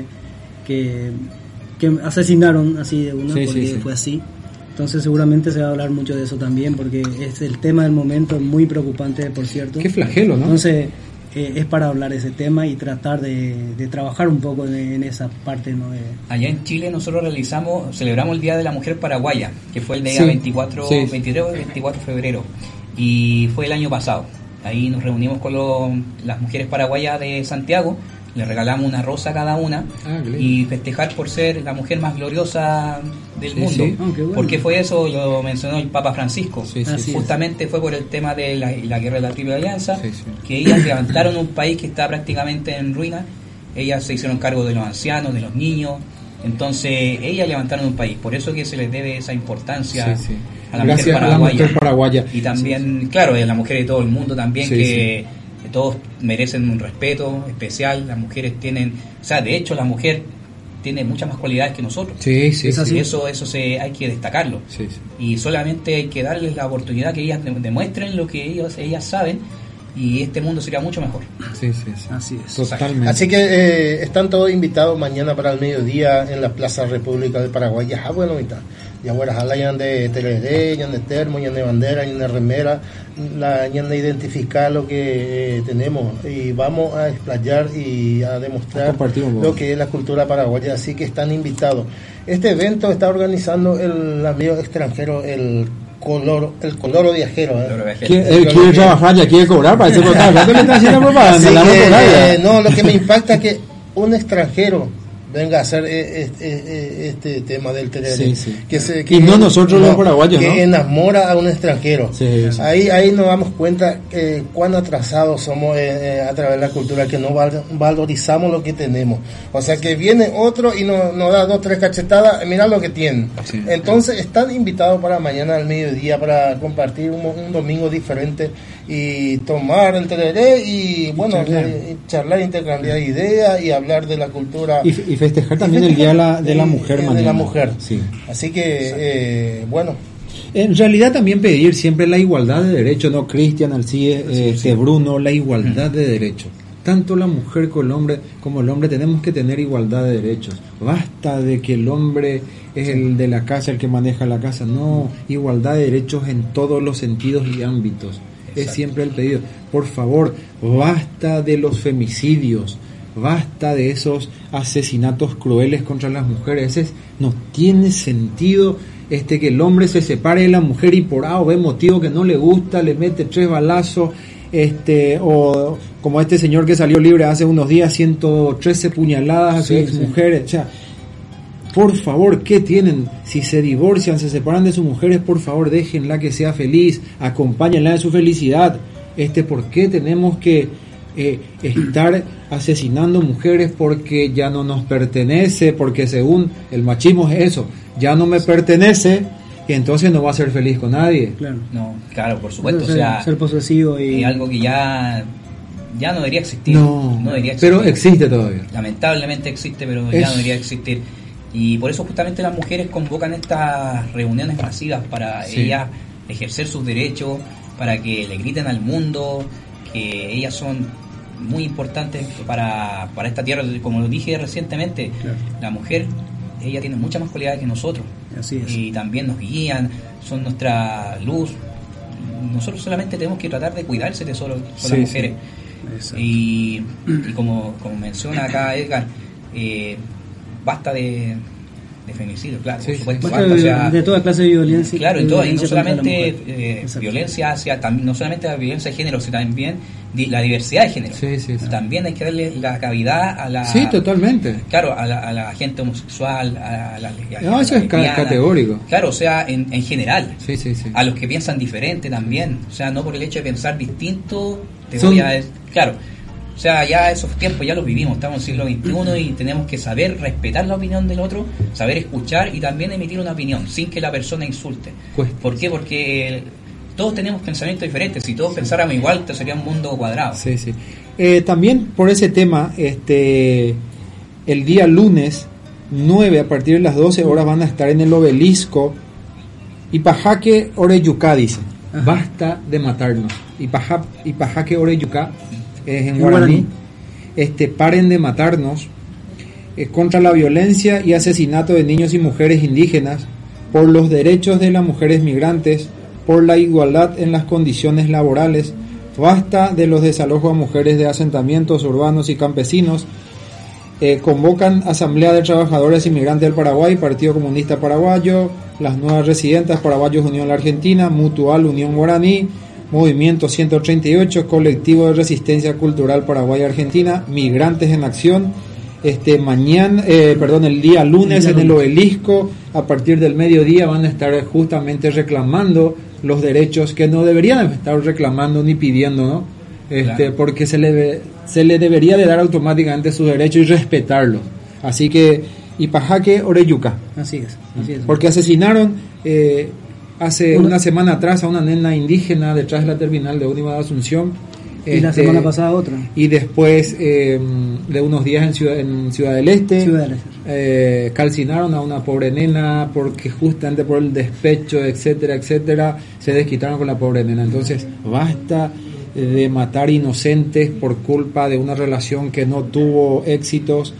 que asesinaron así de una, porque fue así. Entonces seguramente se va a hablar mucho de eso también, porque es el tema del momento, muy preocupante, por cierto. Qué flagelo, ¿no? Entonces es para hablar de ese tema y tratar de trabajar un poco en esa parte, ¿no? Allá en Chile nosotros celebramos el Día de la Mujer Paraguaya, que fue el día 23 o 24 de febrero, y fue el año pasado. Ahí nos reunimos con las mujeres paraguayas de Santiago, le regalamos una rosa a cada una y festejar por ser la mujer más gloriosa del mundo. Bueno. Porque fue eso, lo mencionó el Papa Francisco. Justamente fue por el tema de la guerra de la Triple Alianza, que ellas levantaron un país que está prácticamente en ruina. Ellas se hicieron cargo de los ancianos, de los niños. Entonces ellas levantaron un país. Por eso que se les debe esa importancia a la mujer paraguaya. Y también, claro, a la mujer de todo el mundo también, que todos merecen un respeto especial. Las mujeres tienen, de hecho la mujer tiene muchas más cualidades que nosotros. Sí, sí, sí. Eso hay que destacarlo. Sí, sí. Y solamente hay que darles la oportunidad que ellas demuestren lo que ellas saben, y este mundo sería mucho mejor. Sí, sí, sí. Así es. Totalmente. Así que están todos invitados mañana para el mediodía en la Plaza República del Paraguay. Ya, bueno, ya bueno, ya de tereré, ya de termo, ya de bandera, ya de remera, ya de identificar lo que tenemos, y vamos a explayar y a demostrar lo que es la cultura paraguaya. Así que están invitados. Este evento está organizando el amigo extranjero, el Coloro Viajero. Él quiere trabajar, ya quiere cobrar para ese contrato. Le está haciendo propaganda. No, lo que me impacta es que un extranjero venga a hacer este tema del tereré. Sí, sí. Y no nosotros los paraguayos, que enamora a un extranjero. Sí, sí. Ahí nos damos cuenta cuán atrasados somos a través de la cultura, que no valorizamos lo que tenemos. O sea, que viene otro y nos da 2 o 3 cachetadas, mirá lo que tienen. Sí. Entonces están invitados para mañana al mediodía para compartir un domingo diferente y tomar el tereré y bueno, charlar, intercambiar ideas y hablar de la cultura. Y festejar también el Día de la Mujer mañana. De la mujer. Sí. Así que, bueno. En realidad también pedir siempre la igualdad de derechos, ¿no? Cristian, Alcides, Bruno, la igualdad de derechos. Tanto la mujer como el hombre tenemos que tener igualdad de derechos. Basta de que el hombre es el de la casa, el que maneja la casa. No, igualdad de derechos en todos los sentidos y ámbitos. Exacto. Es siempre el pedido. Por favor, basta de los femicidios. Basta de esos asesinatos crueles contra las mujeres. No tiene sentido que el hombre se separe de la mujer y por A o B motivo que no le gusta le mete 3 balazos, o como este señor que salió libre hace unos días, 113 puñaladas a sus exmujeres. O sea, por favor, ¿qué tienen? Si se divorcian, se separan de sus mujeres, por favor, déjenla que sea feliz, acompáñenla en su felicidad. ¿Por qué tenemos que estar asesinando mujeres porque ya no nos pertenece? Porque según el machismo es eso, ya no me pertenece y entonces no va a ser feliz con nadie. Claro, por supuesto. Ser posesivo y algo que ya no debería existir. No debería existir. Pero existe todavía. Lamentablemente existe, pero ya no debería existir. Y por eso justamente las mujeres convocan estas reuniones masivas para ellas ejercer sus derechos, para que le griten al mundo que ellas son muy importantes para esta tierra. Como lo dije recientemente, la mujer, ella tiene muchas más cualidades que nosotros. Así es. Y también nos guían, son nuestra luz. Nosotros solamente tenemos que tratar de cuidar ese tesoro con las mujeres. Y como menciona acá Edgar, basta de femicidio, claro, por supuesto. De toda clase de violencia. Claro, y no solamente violencia no solamente la violencia de género, sino también la diversidad de género. También hay que darle la cavidad a la... Sí, totalmente. Claro, a la gente homosexual, a la eso es categórico. Claro, o sea, en general. Sí. A los que piensan diferente también. O sea, no por el hecho de pensar distinto, voy a... Claro. O sea, ya esos tiempos ya los vivimos, estamos en el siglo XXI y tenemos que saber respetar la opinión del otro, saber escuchar y también emitir una opinión sin que la persona insulte. ¿Por qué? Porque todos tenemos pensamientos diferentes. Si todos pensáramos igual, sería un mundo cuadrado. También por ese tema, el día lunes 9 a partir de las 12 horas van a estar en el obelisco Ipajaque Oreyucá, dicen. Basta de matarnos. Ipajaque Oreyucá es en guaraní. Paren de matarnos, contra la violencia y asesinato de niños y mujeres indígenas, por los derechos de las mujeres migrantes, por la igualdad en las condiciones laborales. Basta de los desalojos a mujeres de asentamientos urbanos y campesinos. Convocan Asamblea de Trabajadores Inmigrantes del Paraguay, Partido Comunista Paraguayo, las Nuevas Residentas Paraguayos Unión La Argentina, Mutual Unión Guaraní, Movimiento 138, Colectivo de Resistencia Cultural Paraguay-Argentina, Migrantes en Acción. El día lunes en el obelisco, a partir del mediodía, van a estar justamente reclamando los derechos que no deberían estar reclamando ni pidiendo, ¿no? Porque se le debería de dar automáticamente sus derechos y respetarlos. Así que, Ipajaque Oreyucá. Así es. Porque asesinaron hace una semana atrás a una nena indígena detrás de la terminal de ómnibus de Asunción, Y la semana pasada otra. Y después de unos días en Ciudad del Este, calcinaron a una pobre nena porque justamente por el despecho, etcétera, etcétera, se desquitaron con la pobre nena. Entonces, basta de matar inocentes por culpa de una relación que no tuvo éxitos,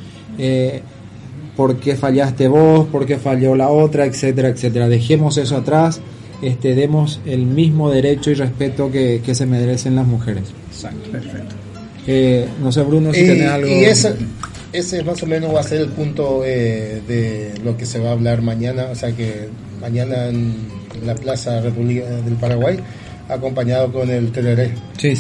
porque fallaste vos, porque falló la otra, etcétera, etcétera. Dejemos eso atrás. Demos el mismo derecho y respeto que se merecen las mujeres. Exacto. Perfecto. No sé, Bruno, si tenés algo. Y ese más o menos va a ser el punto de lo que se va a hablar mañana. O sea que mañana en la Plaza República del Paraguay, acompañado con el tereré. Sí.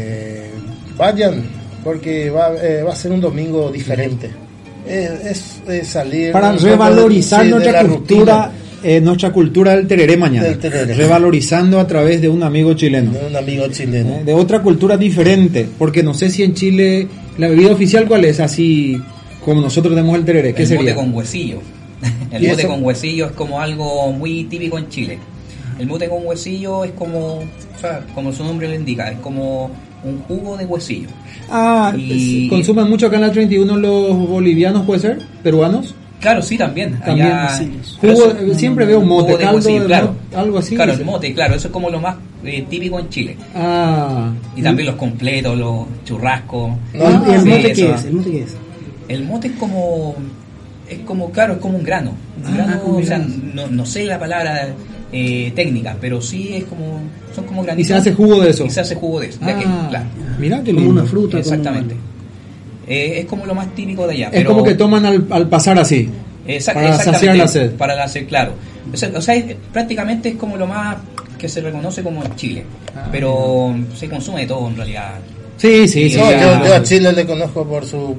Vayan, porque va a ser un domingo diferente. Es salir para revalorizar nuestra cultura. Nuestra cultura del tereré mañana, revalorizando a través de un amigo chileno. De otra cultura diferente, porque no sé si en Chile la bebida oficial cuál es, así como nosotros tenemos el tereré. ¿Qué sería? El mote con huesillo. El mote con huesillo es como algo muy típico en Chile. El mote con huesillo es como, o sea, como su nombre lo indica, es como un jugo de huesillo. ¿Consumen mucho acá en la 31 los bolivianos, puede ser? ¿Peruanos? Claro, sí, también. Allá, siempre veo un mote, caldo huesillo, claro. Algo así. Claro, el mote, claro, eso es como lo más típico en Chile. Y también los completos, los churrascos. ¿Y el mote qué es? El mote es como, claro, es como un grano. O sea, no sé la palabra técnica, pero sí es como, son como granitos. ¿Y se hace jugo de eso? Claro. Mirá qué lindo. Como una fruta. Exactamente. Es como lo más típico de allá. Es como que toman al pasar así. Para saciar la sed. Para la sed, claro. O sea, prácticamente es como lo más que se reconoce como en Chile. Pero se consume de todo en realidad. Sí. Yo a Chile le conozco por su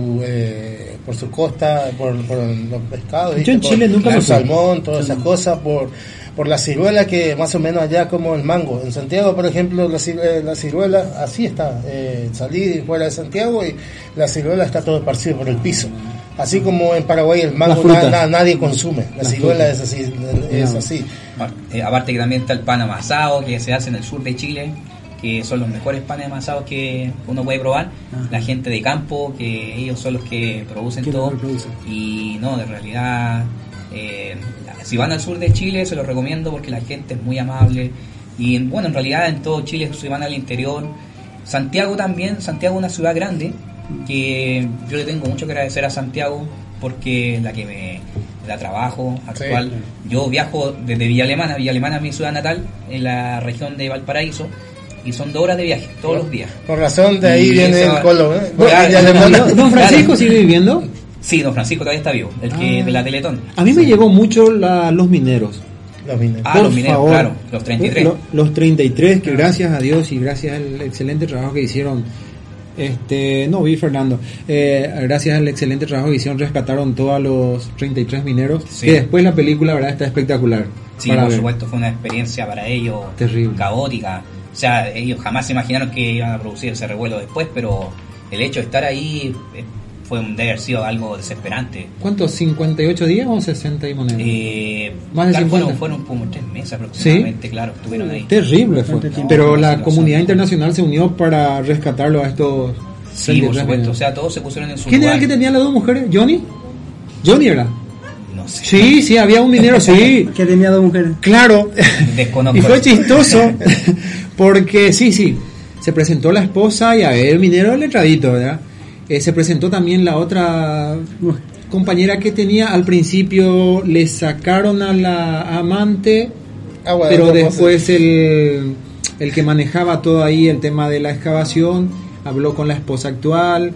costa, por los pescados. Yo en Chile nunca por el salmón, todas esas cosas, por la ciruela, que más o menos allá como el mango. En Santiago, por ejemplo, la ciruela así está. Salí fuera de Santiago y la ciruela está todo esparcido por el piso. Así como en Paraguay el mango nadie consume. La ciruela es así. Aparte que también está el pan amasado que se hace en el sur de Chile, que son los mejores panes amasados que uno puede probar. La gente de campo, que ellos son los que producen todo. Y no, de realidad, si van al sur de Chile se los recomiendo porque la gente es muy amable. Y bueno, en realidad en todo Chile, si van al interior, Santiago también. Santiago es una ciudad grande que yo le tengo mucho que agradecer a Santiago porque la que me da trabajo actual. Sí. Yo viajo desde Villa Alemana es mi ciudad natal, en la región de Valparaíso, y son 2 horas de viaje todos los días. Por razón de ahí viene el colo, ¿Don Francisco sigue viviendo? Sí, don Francisco todavía está vivo, el que de la Teletón. A mí me llegó mucho los mineros. Los mineros, favor, claro, los 33. Los 33, que gracias a Dios y gracias al excelente trabajo que hicieron, no vi Fernando, gracias al excelente trabajo que hicieron, rescataron todos los 33 mineros, sí. Que después la película, verdad, está espectacular. Sí, por supuesto, fue una experiencia para ellos terrible, caótica. O sea, ellos jamás se imaginaron que iban a producir ese revuelo después, pero el hecho de estar ahí debe haber sido algo desesperante. ¿Cuántos? ¿58 días o 60 y monedas? Más de 50. Fueron como 3 meses aproximadamente, ¿sí? Claro, estuvieron ahí. Terrible fue. Pero la comunidad internacional se unió para rescatarlo a estos... Sí, por supuesto, o sea, todos se pusieron en su ¿Quién lugar. era el que tenía las 2 mujeres? ¿Johnny era? No sé. Sí, había un minero, sí. Que tenía 2 mujeres. Claro. Desconozco. Y fue chistoso, porque sí, se presentó la esposa y a ver, el minero letradito, ¿verdad? Se presentó también la otra compañera que tenía. Al principio le sacaron a la amante, pero después el que manejaba todo ahí el tema de la excavación habló con la esposa actual,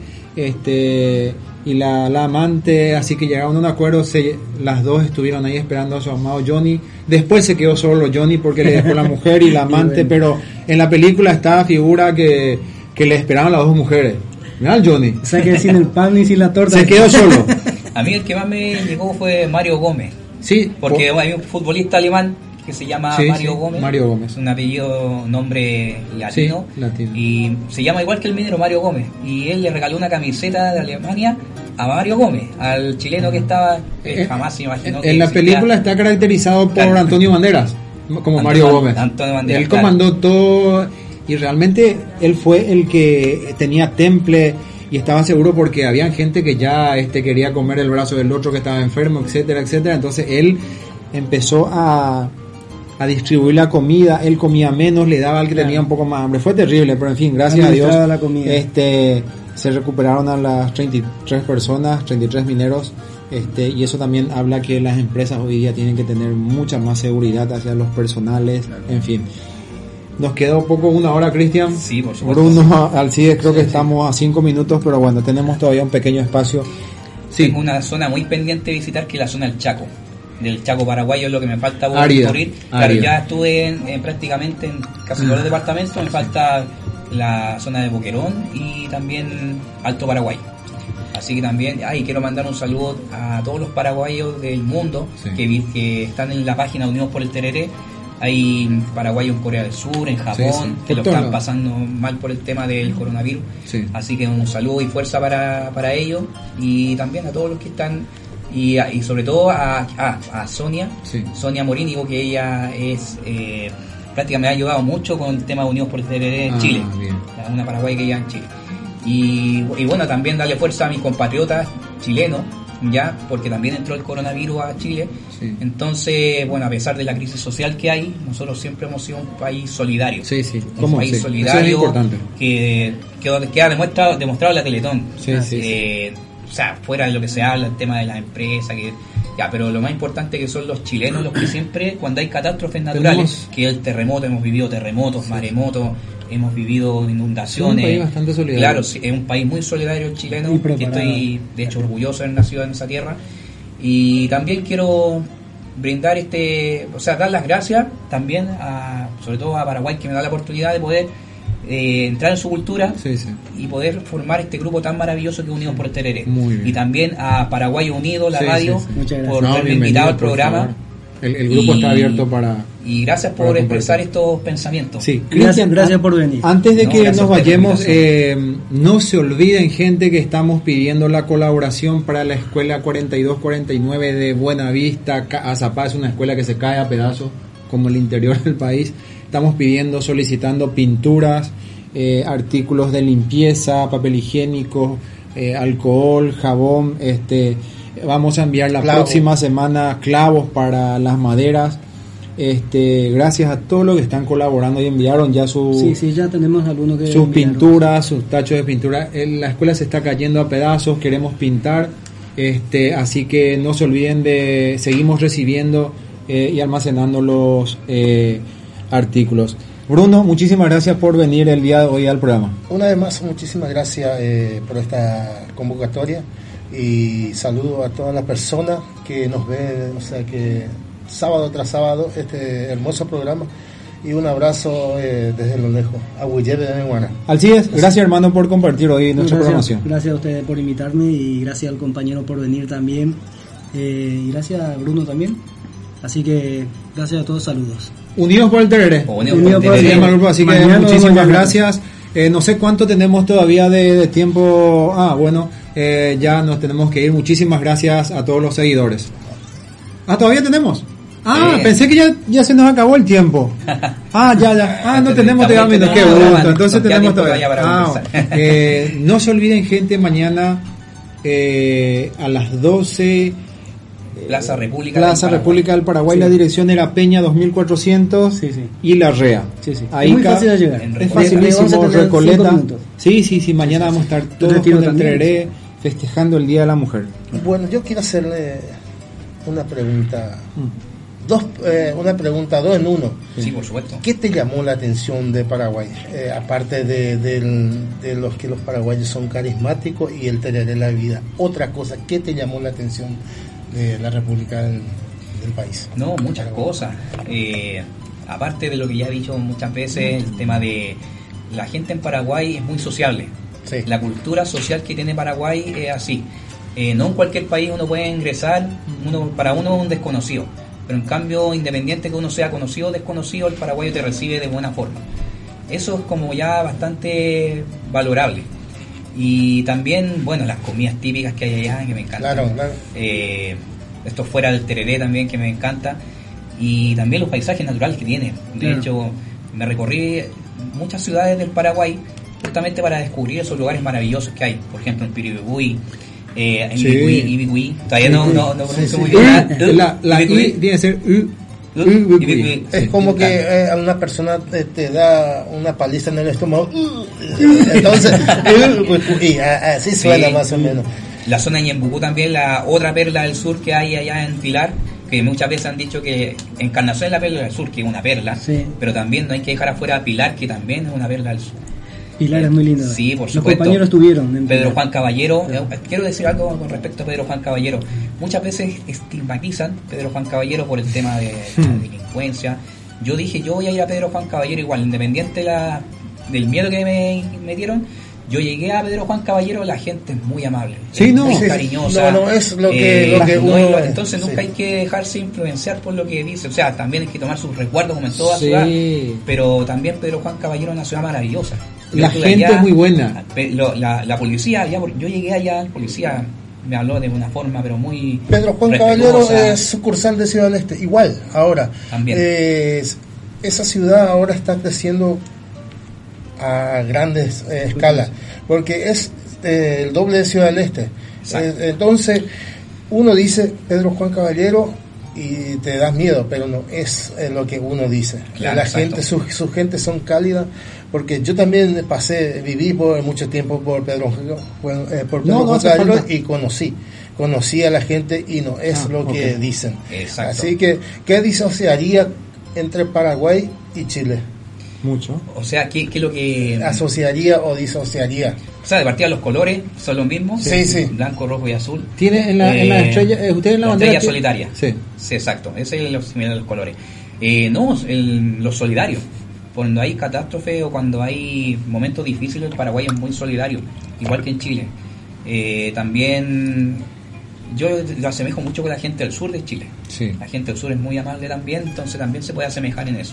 y la amante, así que llegaron a un acuerdo. Las dos estuvieron ahí esperando a su amado Johnny. Después se quedó solo Johnny porque le dejó la mujer y la amante, pero en la película está figura que le esperaban las 2 mujeres. Mirá Johnny. O sea que sin el pan y sin la torta. Se quedó solo. A mí el que más me llegó fue Mario Gómez. Sí. Porque hay un futbolista alemán que se llama Mario Gómez. Mario Gómez. Un apellido, nombre latino. Sí, latino. Y se llama igual que el minero, Mario Gómez. Y él le regaló una camiseta de Alemania a Mario Gómez, al chileno que estaba, jamás se imaginó que en la película está caracterizado por Antonio Banderas, como Mario Gómez. Antonio Banderas, él comandó todo. y realmente él fue el que tenía temple y estaba seguro porque había gente que ya quería comer el brazo del otro que estaba enfermo, etcétera, etcétera. Entonces él empezó a distribuir la comida, él comía menos, le daba al que tenía un poco más hambre. Fue terrible, pero en fin, gracias a Dios la comida. Se recuperaron a las 33 personas, 33 mineros, y eso también habla que las empresas hoy día tienen que tener mucha más seguridad hacia los personales, claro. En fin. Nos quedó poco, 1 hora, Cristian. Sí, por supuesto. Bruno, Alcides, creo que estamos a 5 minutos, pero bueno, tenemos todavía un pequeño espacio. Sí. Tengo una zona muy pendiente de visitar, que es la zona del Chaco. Del Chaco paraguayo es lo que me falta por ir. Claro, ya estuve prácticamente en casi todos los departamentos, me falta la zona de Boquerón y también Alto Paraguay. Así que también, quiero mandar un saludo a todos los paraguayos del mundo, sí, que están en la página Unidos por el Tereré. Hay paraguayos en Corea del Sur, en Japón, que lo están pasando mal por el tema del coronavirus. Sí. Así que un saludo y fuerza para ellos, y también a todos los que están, y sobre todo a Sonia, sí, Sonia Morín, digo que ella es prácticamente me ha ayudado mucho con el tema de Unidos por el Tereré en Chile, bien. Una paraguaya que lleva en Chile. Y bueno, también darle fuerza a mis compatriotas chilenos, ya, porque también entró el coronavirus a Chile. Sí. Entonces, bueno, a pesar de la crisis social que hay, nosotros siempre hemos sido un país solidario. Sí, sí. Un país solidario, que ha demostrado la Teletón. Sí, sí. O sea, fuera de lo que se habla, el tema de las empresas, pero lo más importante que son los chilenos los que siempre, cuando hay catástrofes naturales, que el terremoto, hemos vivido terremotos, sí, maremotos, hemos vivido inundaciones. Es un país bastante solidario. Claro, sí, es un país muy solidario el chileno, que estoy de hecho orgulloso de haber nacido en esa tierra. Y también quiero brindar dar las gracias también sobre todo a Paraguay, que me da la oportunidad de poder entrar en su cultura, sí, sí, y poder formar este grupo tan maravilloso que es Unidos por el Tereré. Y también a Paraguay Unido, la radio, por haberme invitado al programa. El grupo está abierto para... Y gracias por expresar estos pensamientos. Sí, gracias por venir. Antes de que nos vayamos, no se olviden, gente, que estamos pidiendo la colaboración para la escuela 4249 de Buenavista. Azapá es una escuela que se cae a pedazos, como el interior del país. Estamos solicitando pinturas, artículos de limpieza, papel higiénico, alcohol, jabón. Vamos a enviar la próxima semana clavos para las maderas. Gracias a todos los que están colaborando y enviaron ya ya tenemos algunos que sus pinturas, sus tachos de pintura. La escuela se está cayendo a pedazos, queremos pintar, así que no se olviden seguimos recibiendo y almacenando los artículos. Bruno, muchísimas gracias por venir el día de hoy al programa. Una vez más, muchísimas gracias por esta convocatoria, y saludo a todas las personas que nos ven, que sábado tras sábado, este hermoso programa, y un abrazo desde lo lejos, a Huillebe de Menguana. Alcides, gracias hermano por compartir hoy nuestra programación. Gracias a ustedes por invitarme, y gracias al compañero por venir también, y gracias a Bruno también. Así que gracias a todos, saludos. Unidos por el Tereré. Unidos por el Tereré. Así que muchísimas gracias. No sé cuánto tenemos todavía de tiempo. Ya nos tenemos que ir. Muchísimas gracias a todos los seguidores. ¿Todavía tenemos? Pensé que ya se nos acabó el tiempo. Ya. No tenemos todavía menos. Qué gusto. Entonces tenemos todavía. No se olviden, gente, mañana a las 12. Plaza República del Paraguay, sí. La dirección era Peña 2400, sí. Y La Rea. Sí. Ahí es muy fácil de llegar. Es facilísimo, Recoleta. Sí, mañana vamos a estar todos con el Tereré festejando el Día de la Mujer. Bueno, yo quiero hacerle una pregunta. Una pregunta, 2 en 1. Sí, por supuesto. ¿Qué te llamó la atención de Paraguay? Aparte de los que los paraguayos son carismáticos y el Tereré la vida. Otra cosa, ¿qué te llamó la atención de la República del país? No, muchas cosas. Aparte de lo que ya he dicho muchas veces, el tema de la gente en Paraguay es muy sociable. Sí. La cultura social que tiene Paraguay es así. No en cualquier país uno puede ingresar, para uno es un desconocido. Pero en cambio, independiente que uno sea conocido o desconocido, el paraguayo te recibe de buena forma. Eso es como ya bastante valorable. Y también, las comidas típicas que hay allá, que me encantan. Claro. Esto fuera del Tereré también, que me encanta. Y también los paisajes naturales que tiene. De hecho, me recorrí muchas ciudades del Paraguay justamente para descubrir esos lugares maravillosos que hay. Por ejemplo, en Piribebuy, en Ibicuí. Todavía no pronuncio muy bien. La I tiene que ser es como que a una persona te da una paliza en el estómago, entonces así suena más o menos. La zona de Ñembucú también, la otra perla del sur que hay allá en Pilar, que muchas veces han dicho que Encarnación es la perla del sur, que es una perla, pero también no hay que dejar afuera a Pilar, que también es una perla del sur. Pilar es muy lindo. Sí, por supuesto. Los compañeros estuvieron en Pedro Juan Caballero. Quiero decir algo con respecto a Pedro Juan Caballero. Muchas veces estigmatizan Pedro Juan Caballero por el tema de la delincuencia. Yo dije, yo voy a ir a Pedro Juan Caballero igual, independiente del miedo que me dieron. Yo llegué a Pedro Juan Caballero, la gente es muy amable, muy cariñosa. No, es lo que uno... Entonces nunca hay que dejarse influenciar por lo que dice. O sea, también hay que tomar sus resguardos como en toda ciudad, pero también Pedro Juan Caballero es una ciudad maravillosa. La gente es muy buena. La policía, yo llegué allá, el policía me habló de una forma pero muy Pedro Juan Caballero es sucursal de Ciudad del Este, igual, ahora. También. Esa ciudad ahora está creciendo a grandes escalas, porque es el doble de Ciudad del Este. Entonces, uno dice Pedro Juan Caballero y te das miedo, pero no es lo que uno dice. Claro, la gente, su gente son cálidas, porque yo también viví por mucho tiempo por Pedro Juan Caballero y conocí a la gente y no es lo que dicen. Exacto. Así que, ¿qué disociaría entre Paraguay y Chile? Mucho. O sea, ¿qué es lo que asociaría o disociaría? O sea, de partida los colores son los mismos. Sí. Blanco, rojo y azul. Tiene en la estrella, usted en la bandera estrella solitaria. Sí, exacto. Ese es lo similar de los colores. Los solidarios. Cuando hay catástrofe o cuando hay momentos difíciles, el Paraguay es muy solidario, igual que en Chile. También yo lo asemejo mucho con la gente del sur de Chile. Sí. La gente del sur es muy amable también, entonces también se puede asemejar en eso.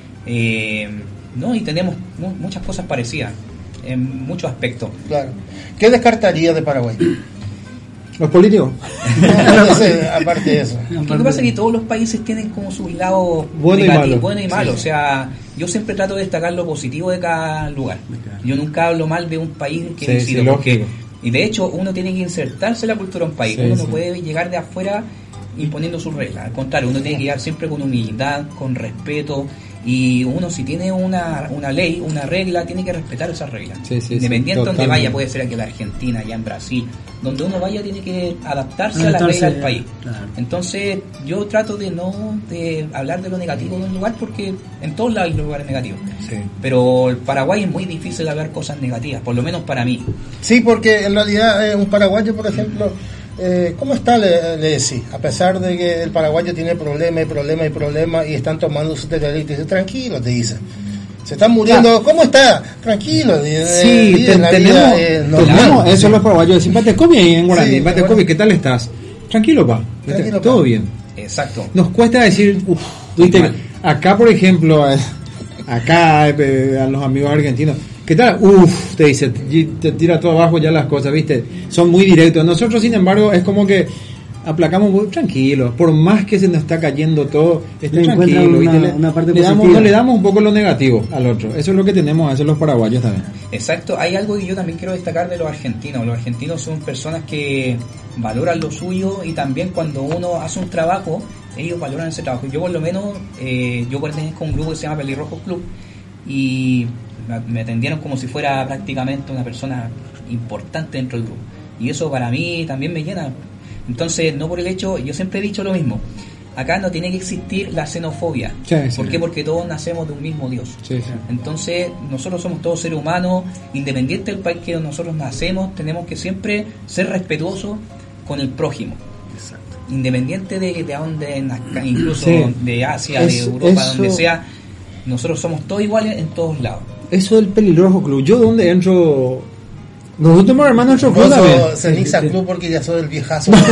Y tenemos muchas cosas parecidas en muchos aspectos. Claro. ¿Qué descartaría de Paraguay? ¿Los políticos? No sé, aparte de eso. Lo que pasa es que todos los países tienen como su lado bueno y malo. O sea, yo siempre trato de destacar lo positivo de cada lugar. Yo nunca hablo mal de un país que y de hecho uno tiene que insertarse en la cultura de un país. Uno no puede llegar de afuera imponiendo sus reglas. Al contrario, uno tiene que llegar siempre con humildad, con respeto. Y uno, si tiene una ley, una regla, tiene que respetar esas reglas. Independiente de donde vaya, puede ser aquí en la Argentina, allá en Brasil, donde uno vaya tiene que adaptarse a las reglas del país. Claro. Entonces, yo trato de no hablar de lo negativo de un lugar, porque en todos lados hay lugares negativos. Pero el Paraguay es muy difícil hablar cosas negativas, por lo menos para mí. Sí, porque en realidad un paraguayo, por ejemplo, ¿cómo está? Le decís, a pesar de que el paraguayo tiene problema y están tomando su tequila y te dice, tranquilo, te dice, se están muriendo, ¿cómo está? Tranquilo. Tenemos eso los paraguayos, decir, Pate Cobi en Guaraní, Pate Cobi, ¿qué tal estás? Tranquilo, todo bien. Exacto. Nos cuesta decir, acá por ejemplo, a los amigos argentinos, ¿qué tal? Te dice, te tira todo abajo ya las cosas, ¿viste? Son muy directos. Nosotros, sin embargo, es como que aplacamos muy tranquilos. Por más que se nos está cayendo todo, esté tranquilo. Una parte positiva. Le damos un poco lo negativo al otro. Eso es lo que tenemos a hacer los paraguayos también. Exacto. Hay algo que yo también quiero destacar de los argentinos. Los argentinos son personas que valoran lo suyo y también cuando uno hace un trabajo, ellos valoran ese trabajo. Yo por lo menos, yo pertenezco a un grupo que se llama Pelirrojo Club y me atendieron como si fuera prácticamente una persona importante dentro del grupo, y eso para mí también me llena. Entonces, no por el hecho, yo siempre he dicho lo mismo, acá no tiene que existir la xenofobia. ¿Por qué? Porque todos nacemos de un mismo Dios. Entonces, nosotros somos todos seres humanos, independiente del país que nosotros nacemos, tenemos que siempre ser respetuosos con el prójimo. Independiente de dónde nazca, incluso de Asia, de Europa, donde sea, nosotros somos todos iguales en todos lados. Eso del Pelirrojo Club, ¿yo dónde entro? Nosotros somos hermanos de nuestro club también. Ceniza Club porque ya soy el viejazo. No,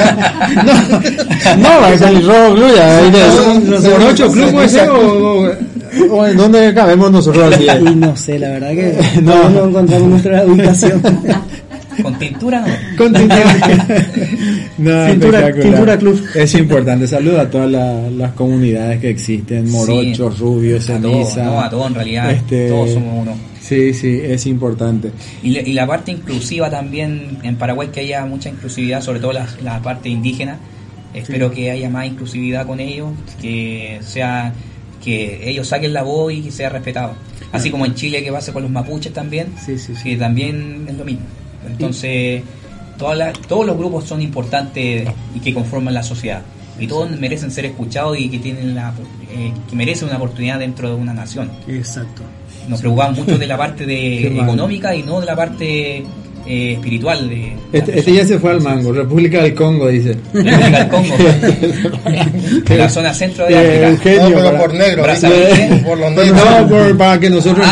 el Pelirrojo Club ya. ¿Por 8 club puede ser o en dónde cabemos nosotros aquí? Y no sé, la verdad que no encontramos nuestra ubicación. Con tintura no. Con tintura. No, Tintura Club. Es importante. Saludos a todas las comunidades que existen, morochos, sí, rubios, ceniza. A todos en realidad, todos somos uno. Sí, es importante. Y la parte inclusiva también, en Paraguay que haya mucha inclusividad, sobre todo la parte indígena. Espero que haya más inclusividad con ellos, que ellos saquen la voz y sea respetado. Así como en Chile que pasa con los mapuches también, que también es lo mismo. Entonces, todos los grupos son importantes y que conforman la sociedad. Y todos merecen ser escuchados y que tienen que merecen una oportunidad dentro de una nación. Exacto. Nos preocupamos mucho de la parte económica y no de la parte espiritual. Este ya se fue al mango, República del Congo, dice. República del Congo. En la zona centro de África. Eugenio, no, pero por negro. Por los negros. No, para que nosotros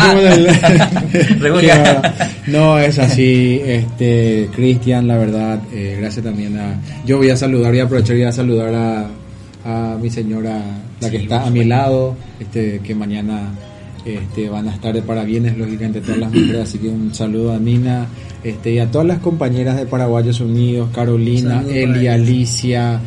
no, es así, Cristian, la verdad, gracias también yo voy a aprovechar y a saludar a mi señora, la que está a mi lado, que mañana van a estar de parabienes, lógicamente, todas las mujeres, así que un saludo a Nina, y a todas las compañeras de Paraguayos Unidos, Carolina, Elia, Alicia,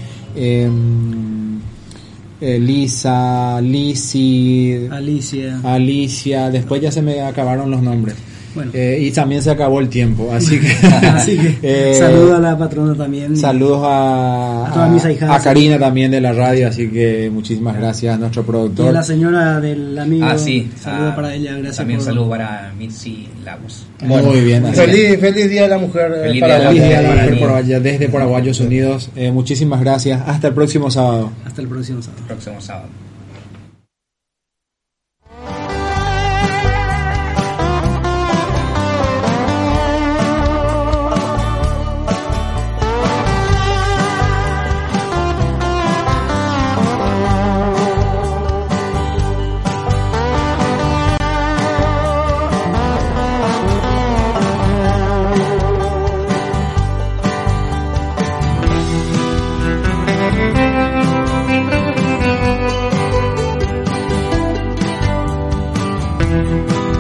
Elisa, Lizzy, Alicia, después ya se me acabaron los nombres. Bueno. Y también se acabó el tiempo, así que saludos a la patrona también, saludos a todas mis ahijadas, a Karina también de la radio, así que muchísimas gracias a nuestro productor y a la señora del amigo, saludos para ella, gracias. También saludos para Mitzi Lagos. Bueno, muy bien, feliz Día de la Mujer, feliz Día de la Mujer Paraguaya, desde Paraguayos Unidos. Muchísimas gracias, hasta el próximo sábado. Hasta el próximo sábado.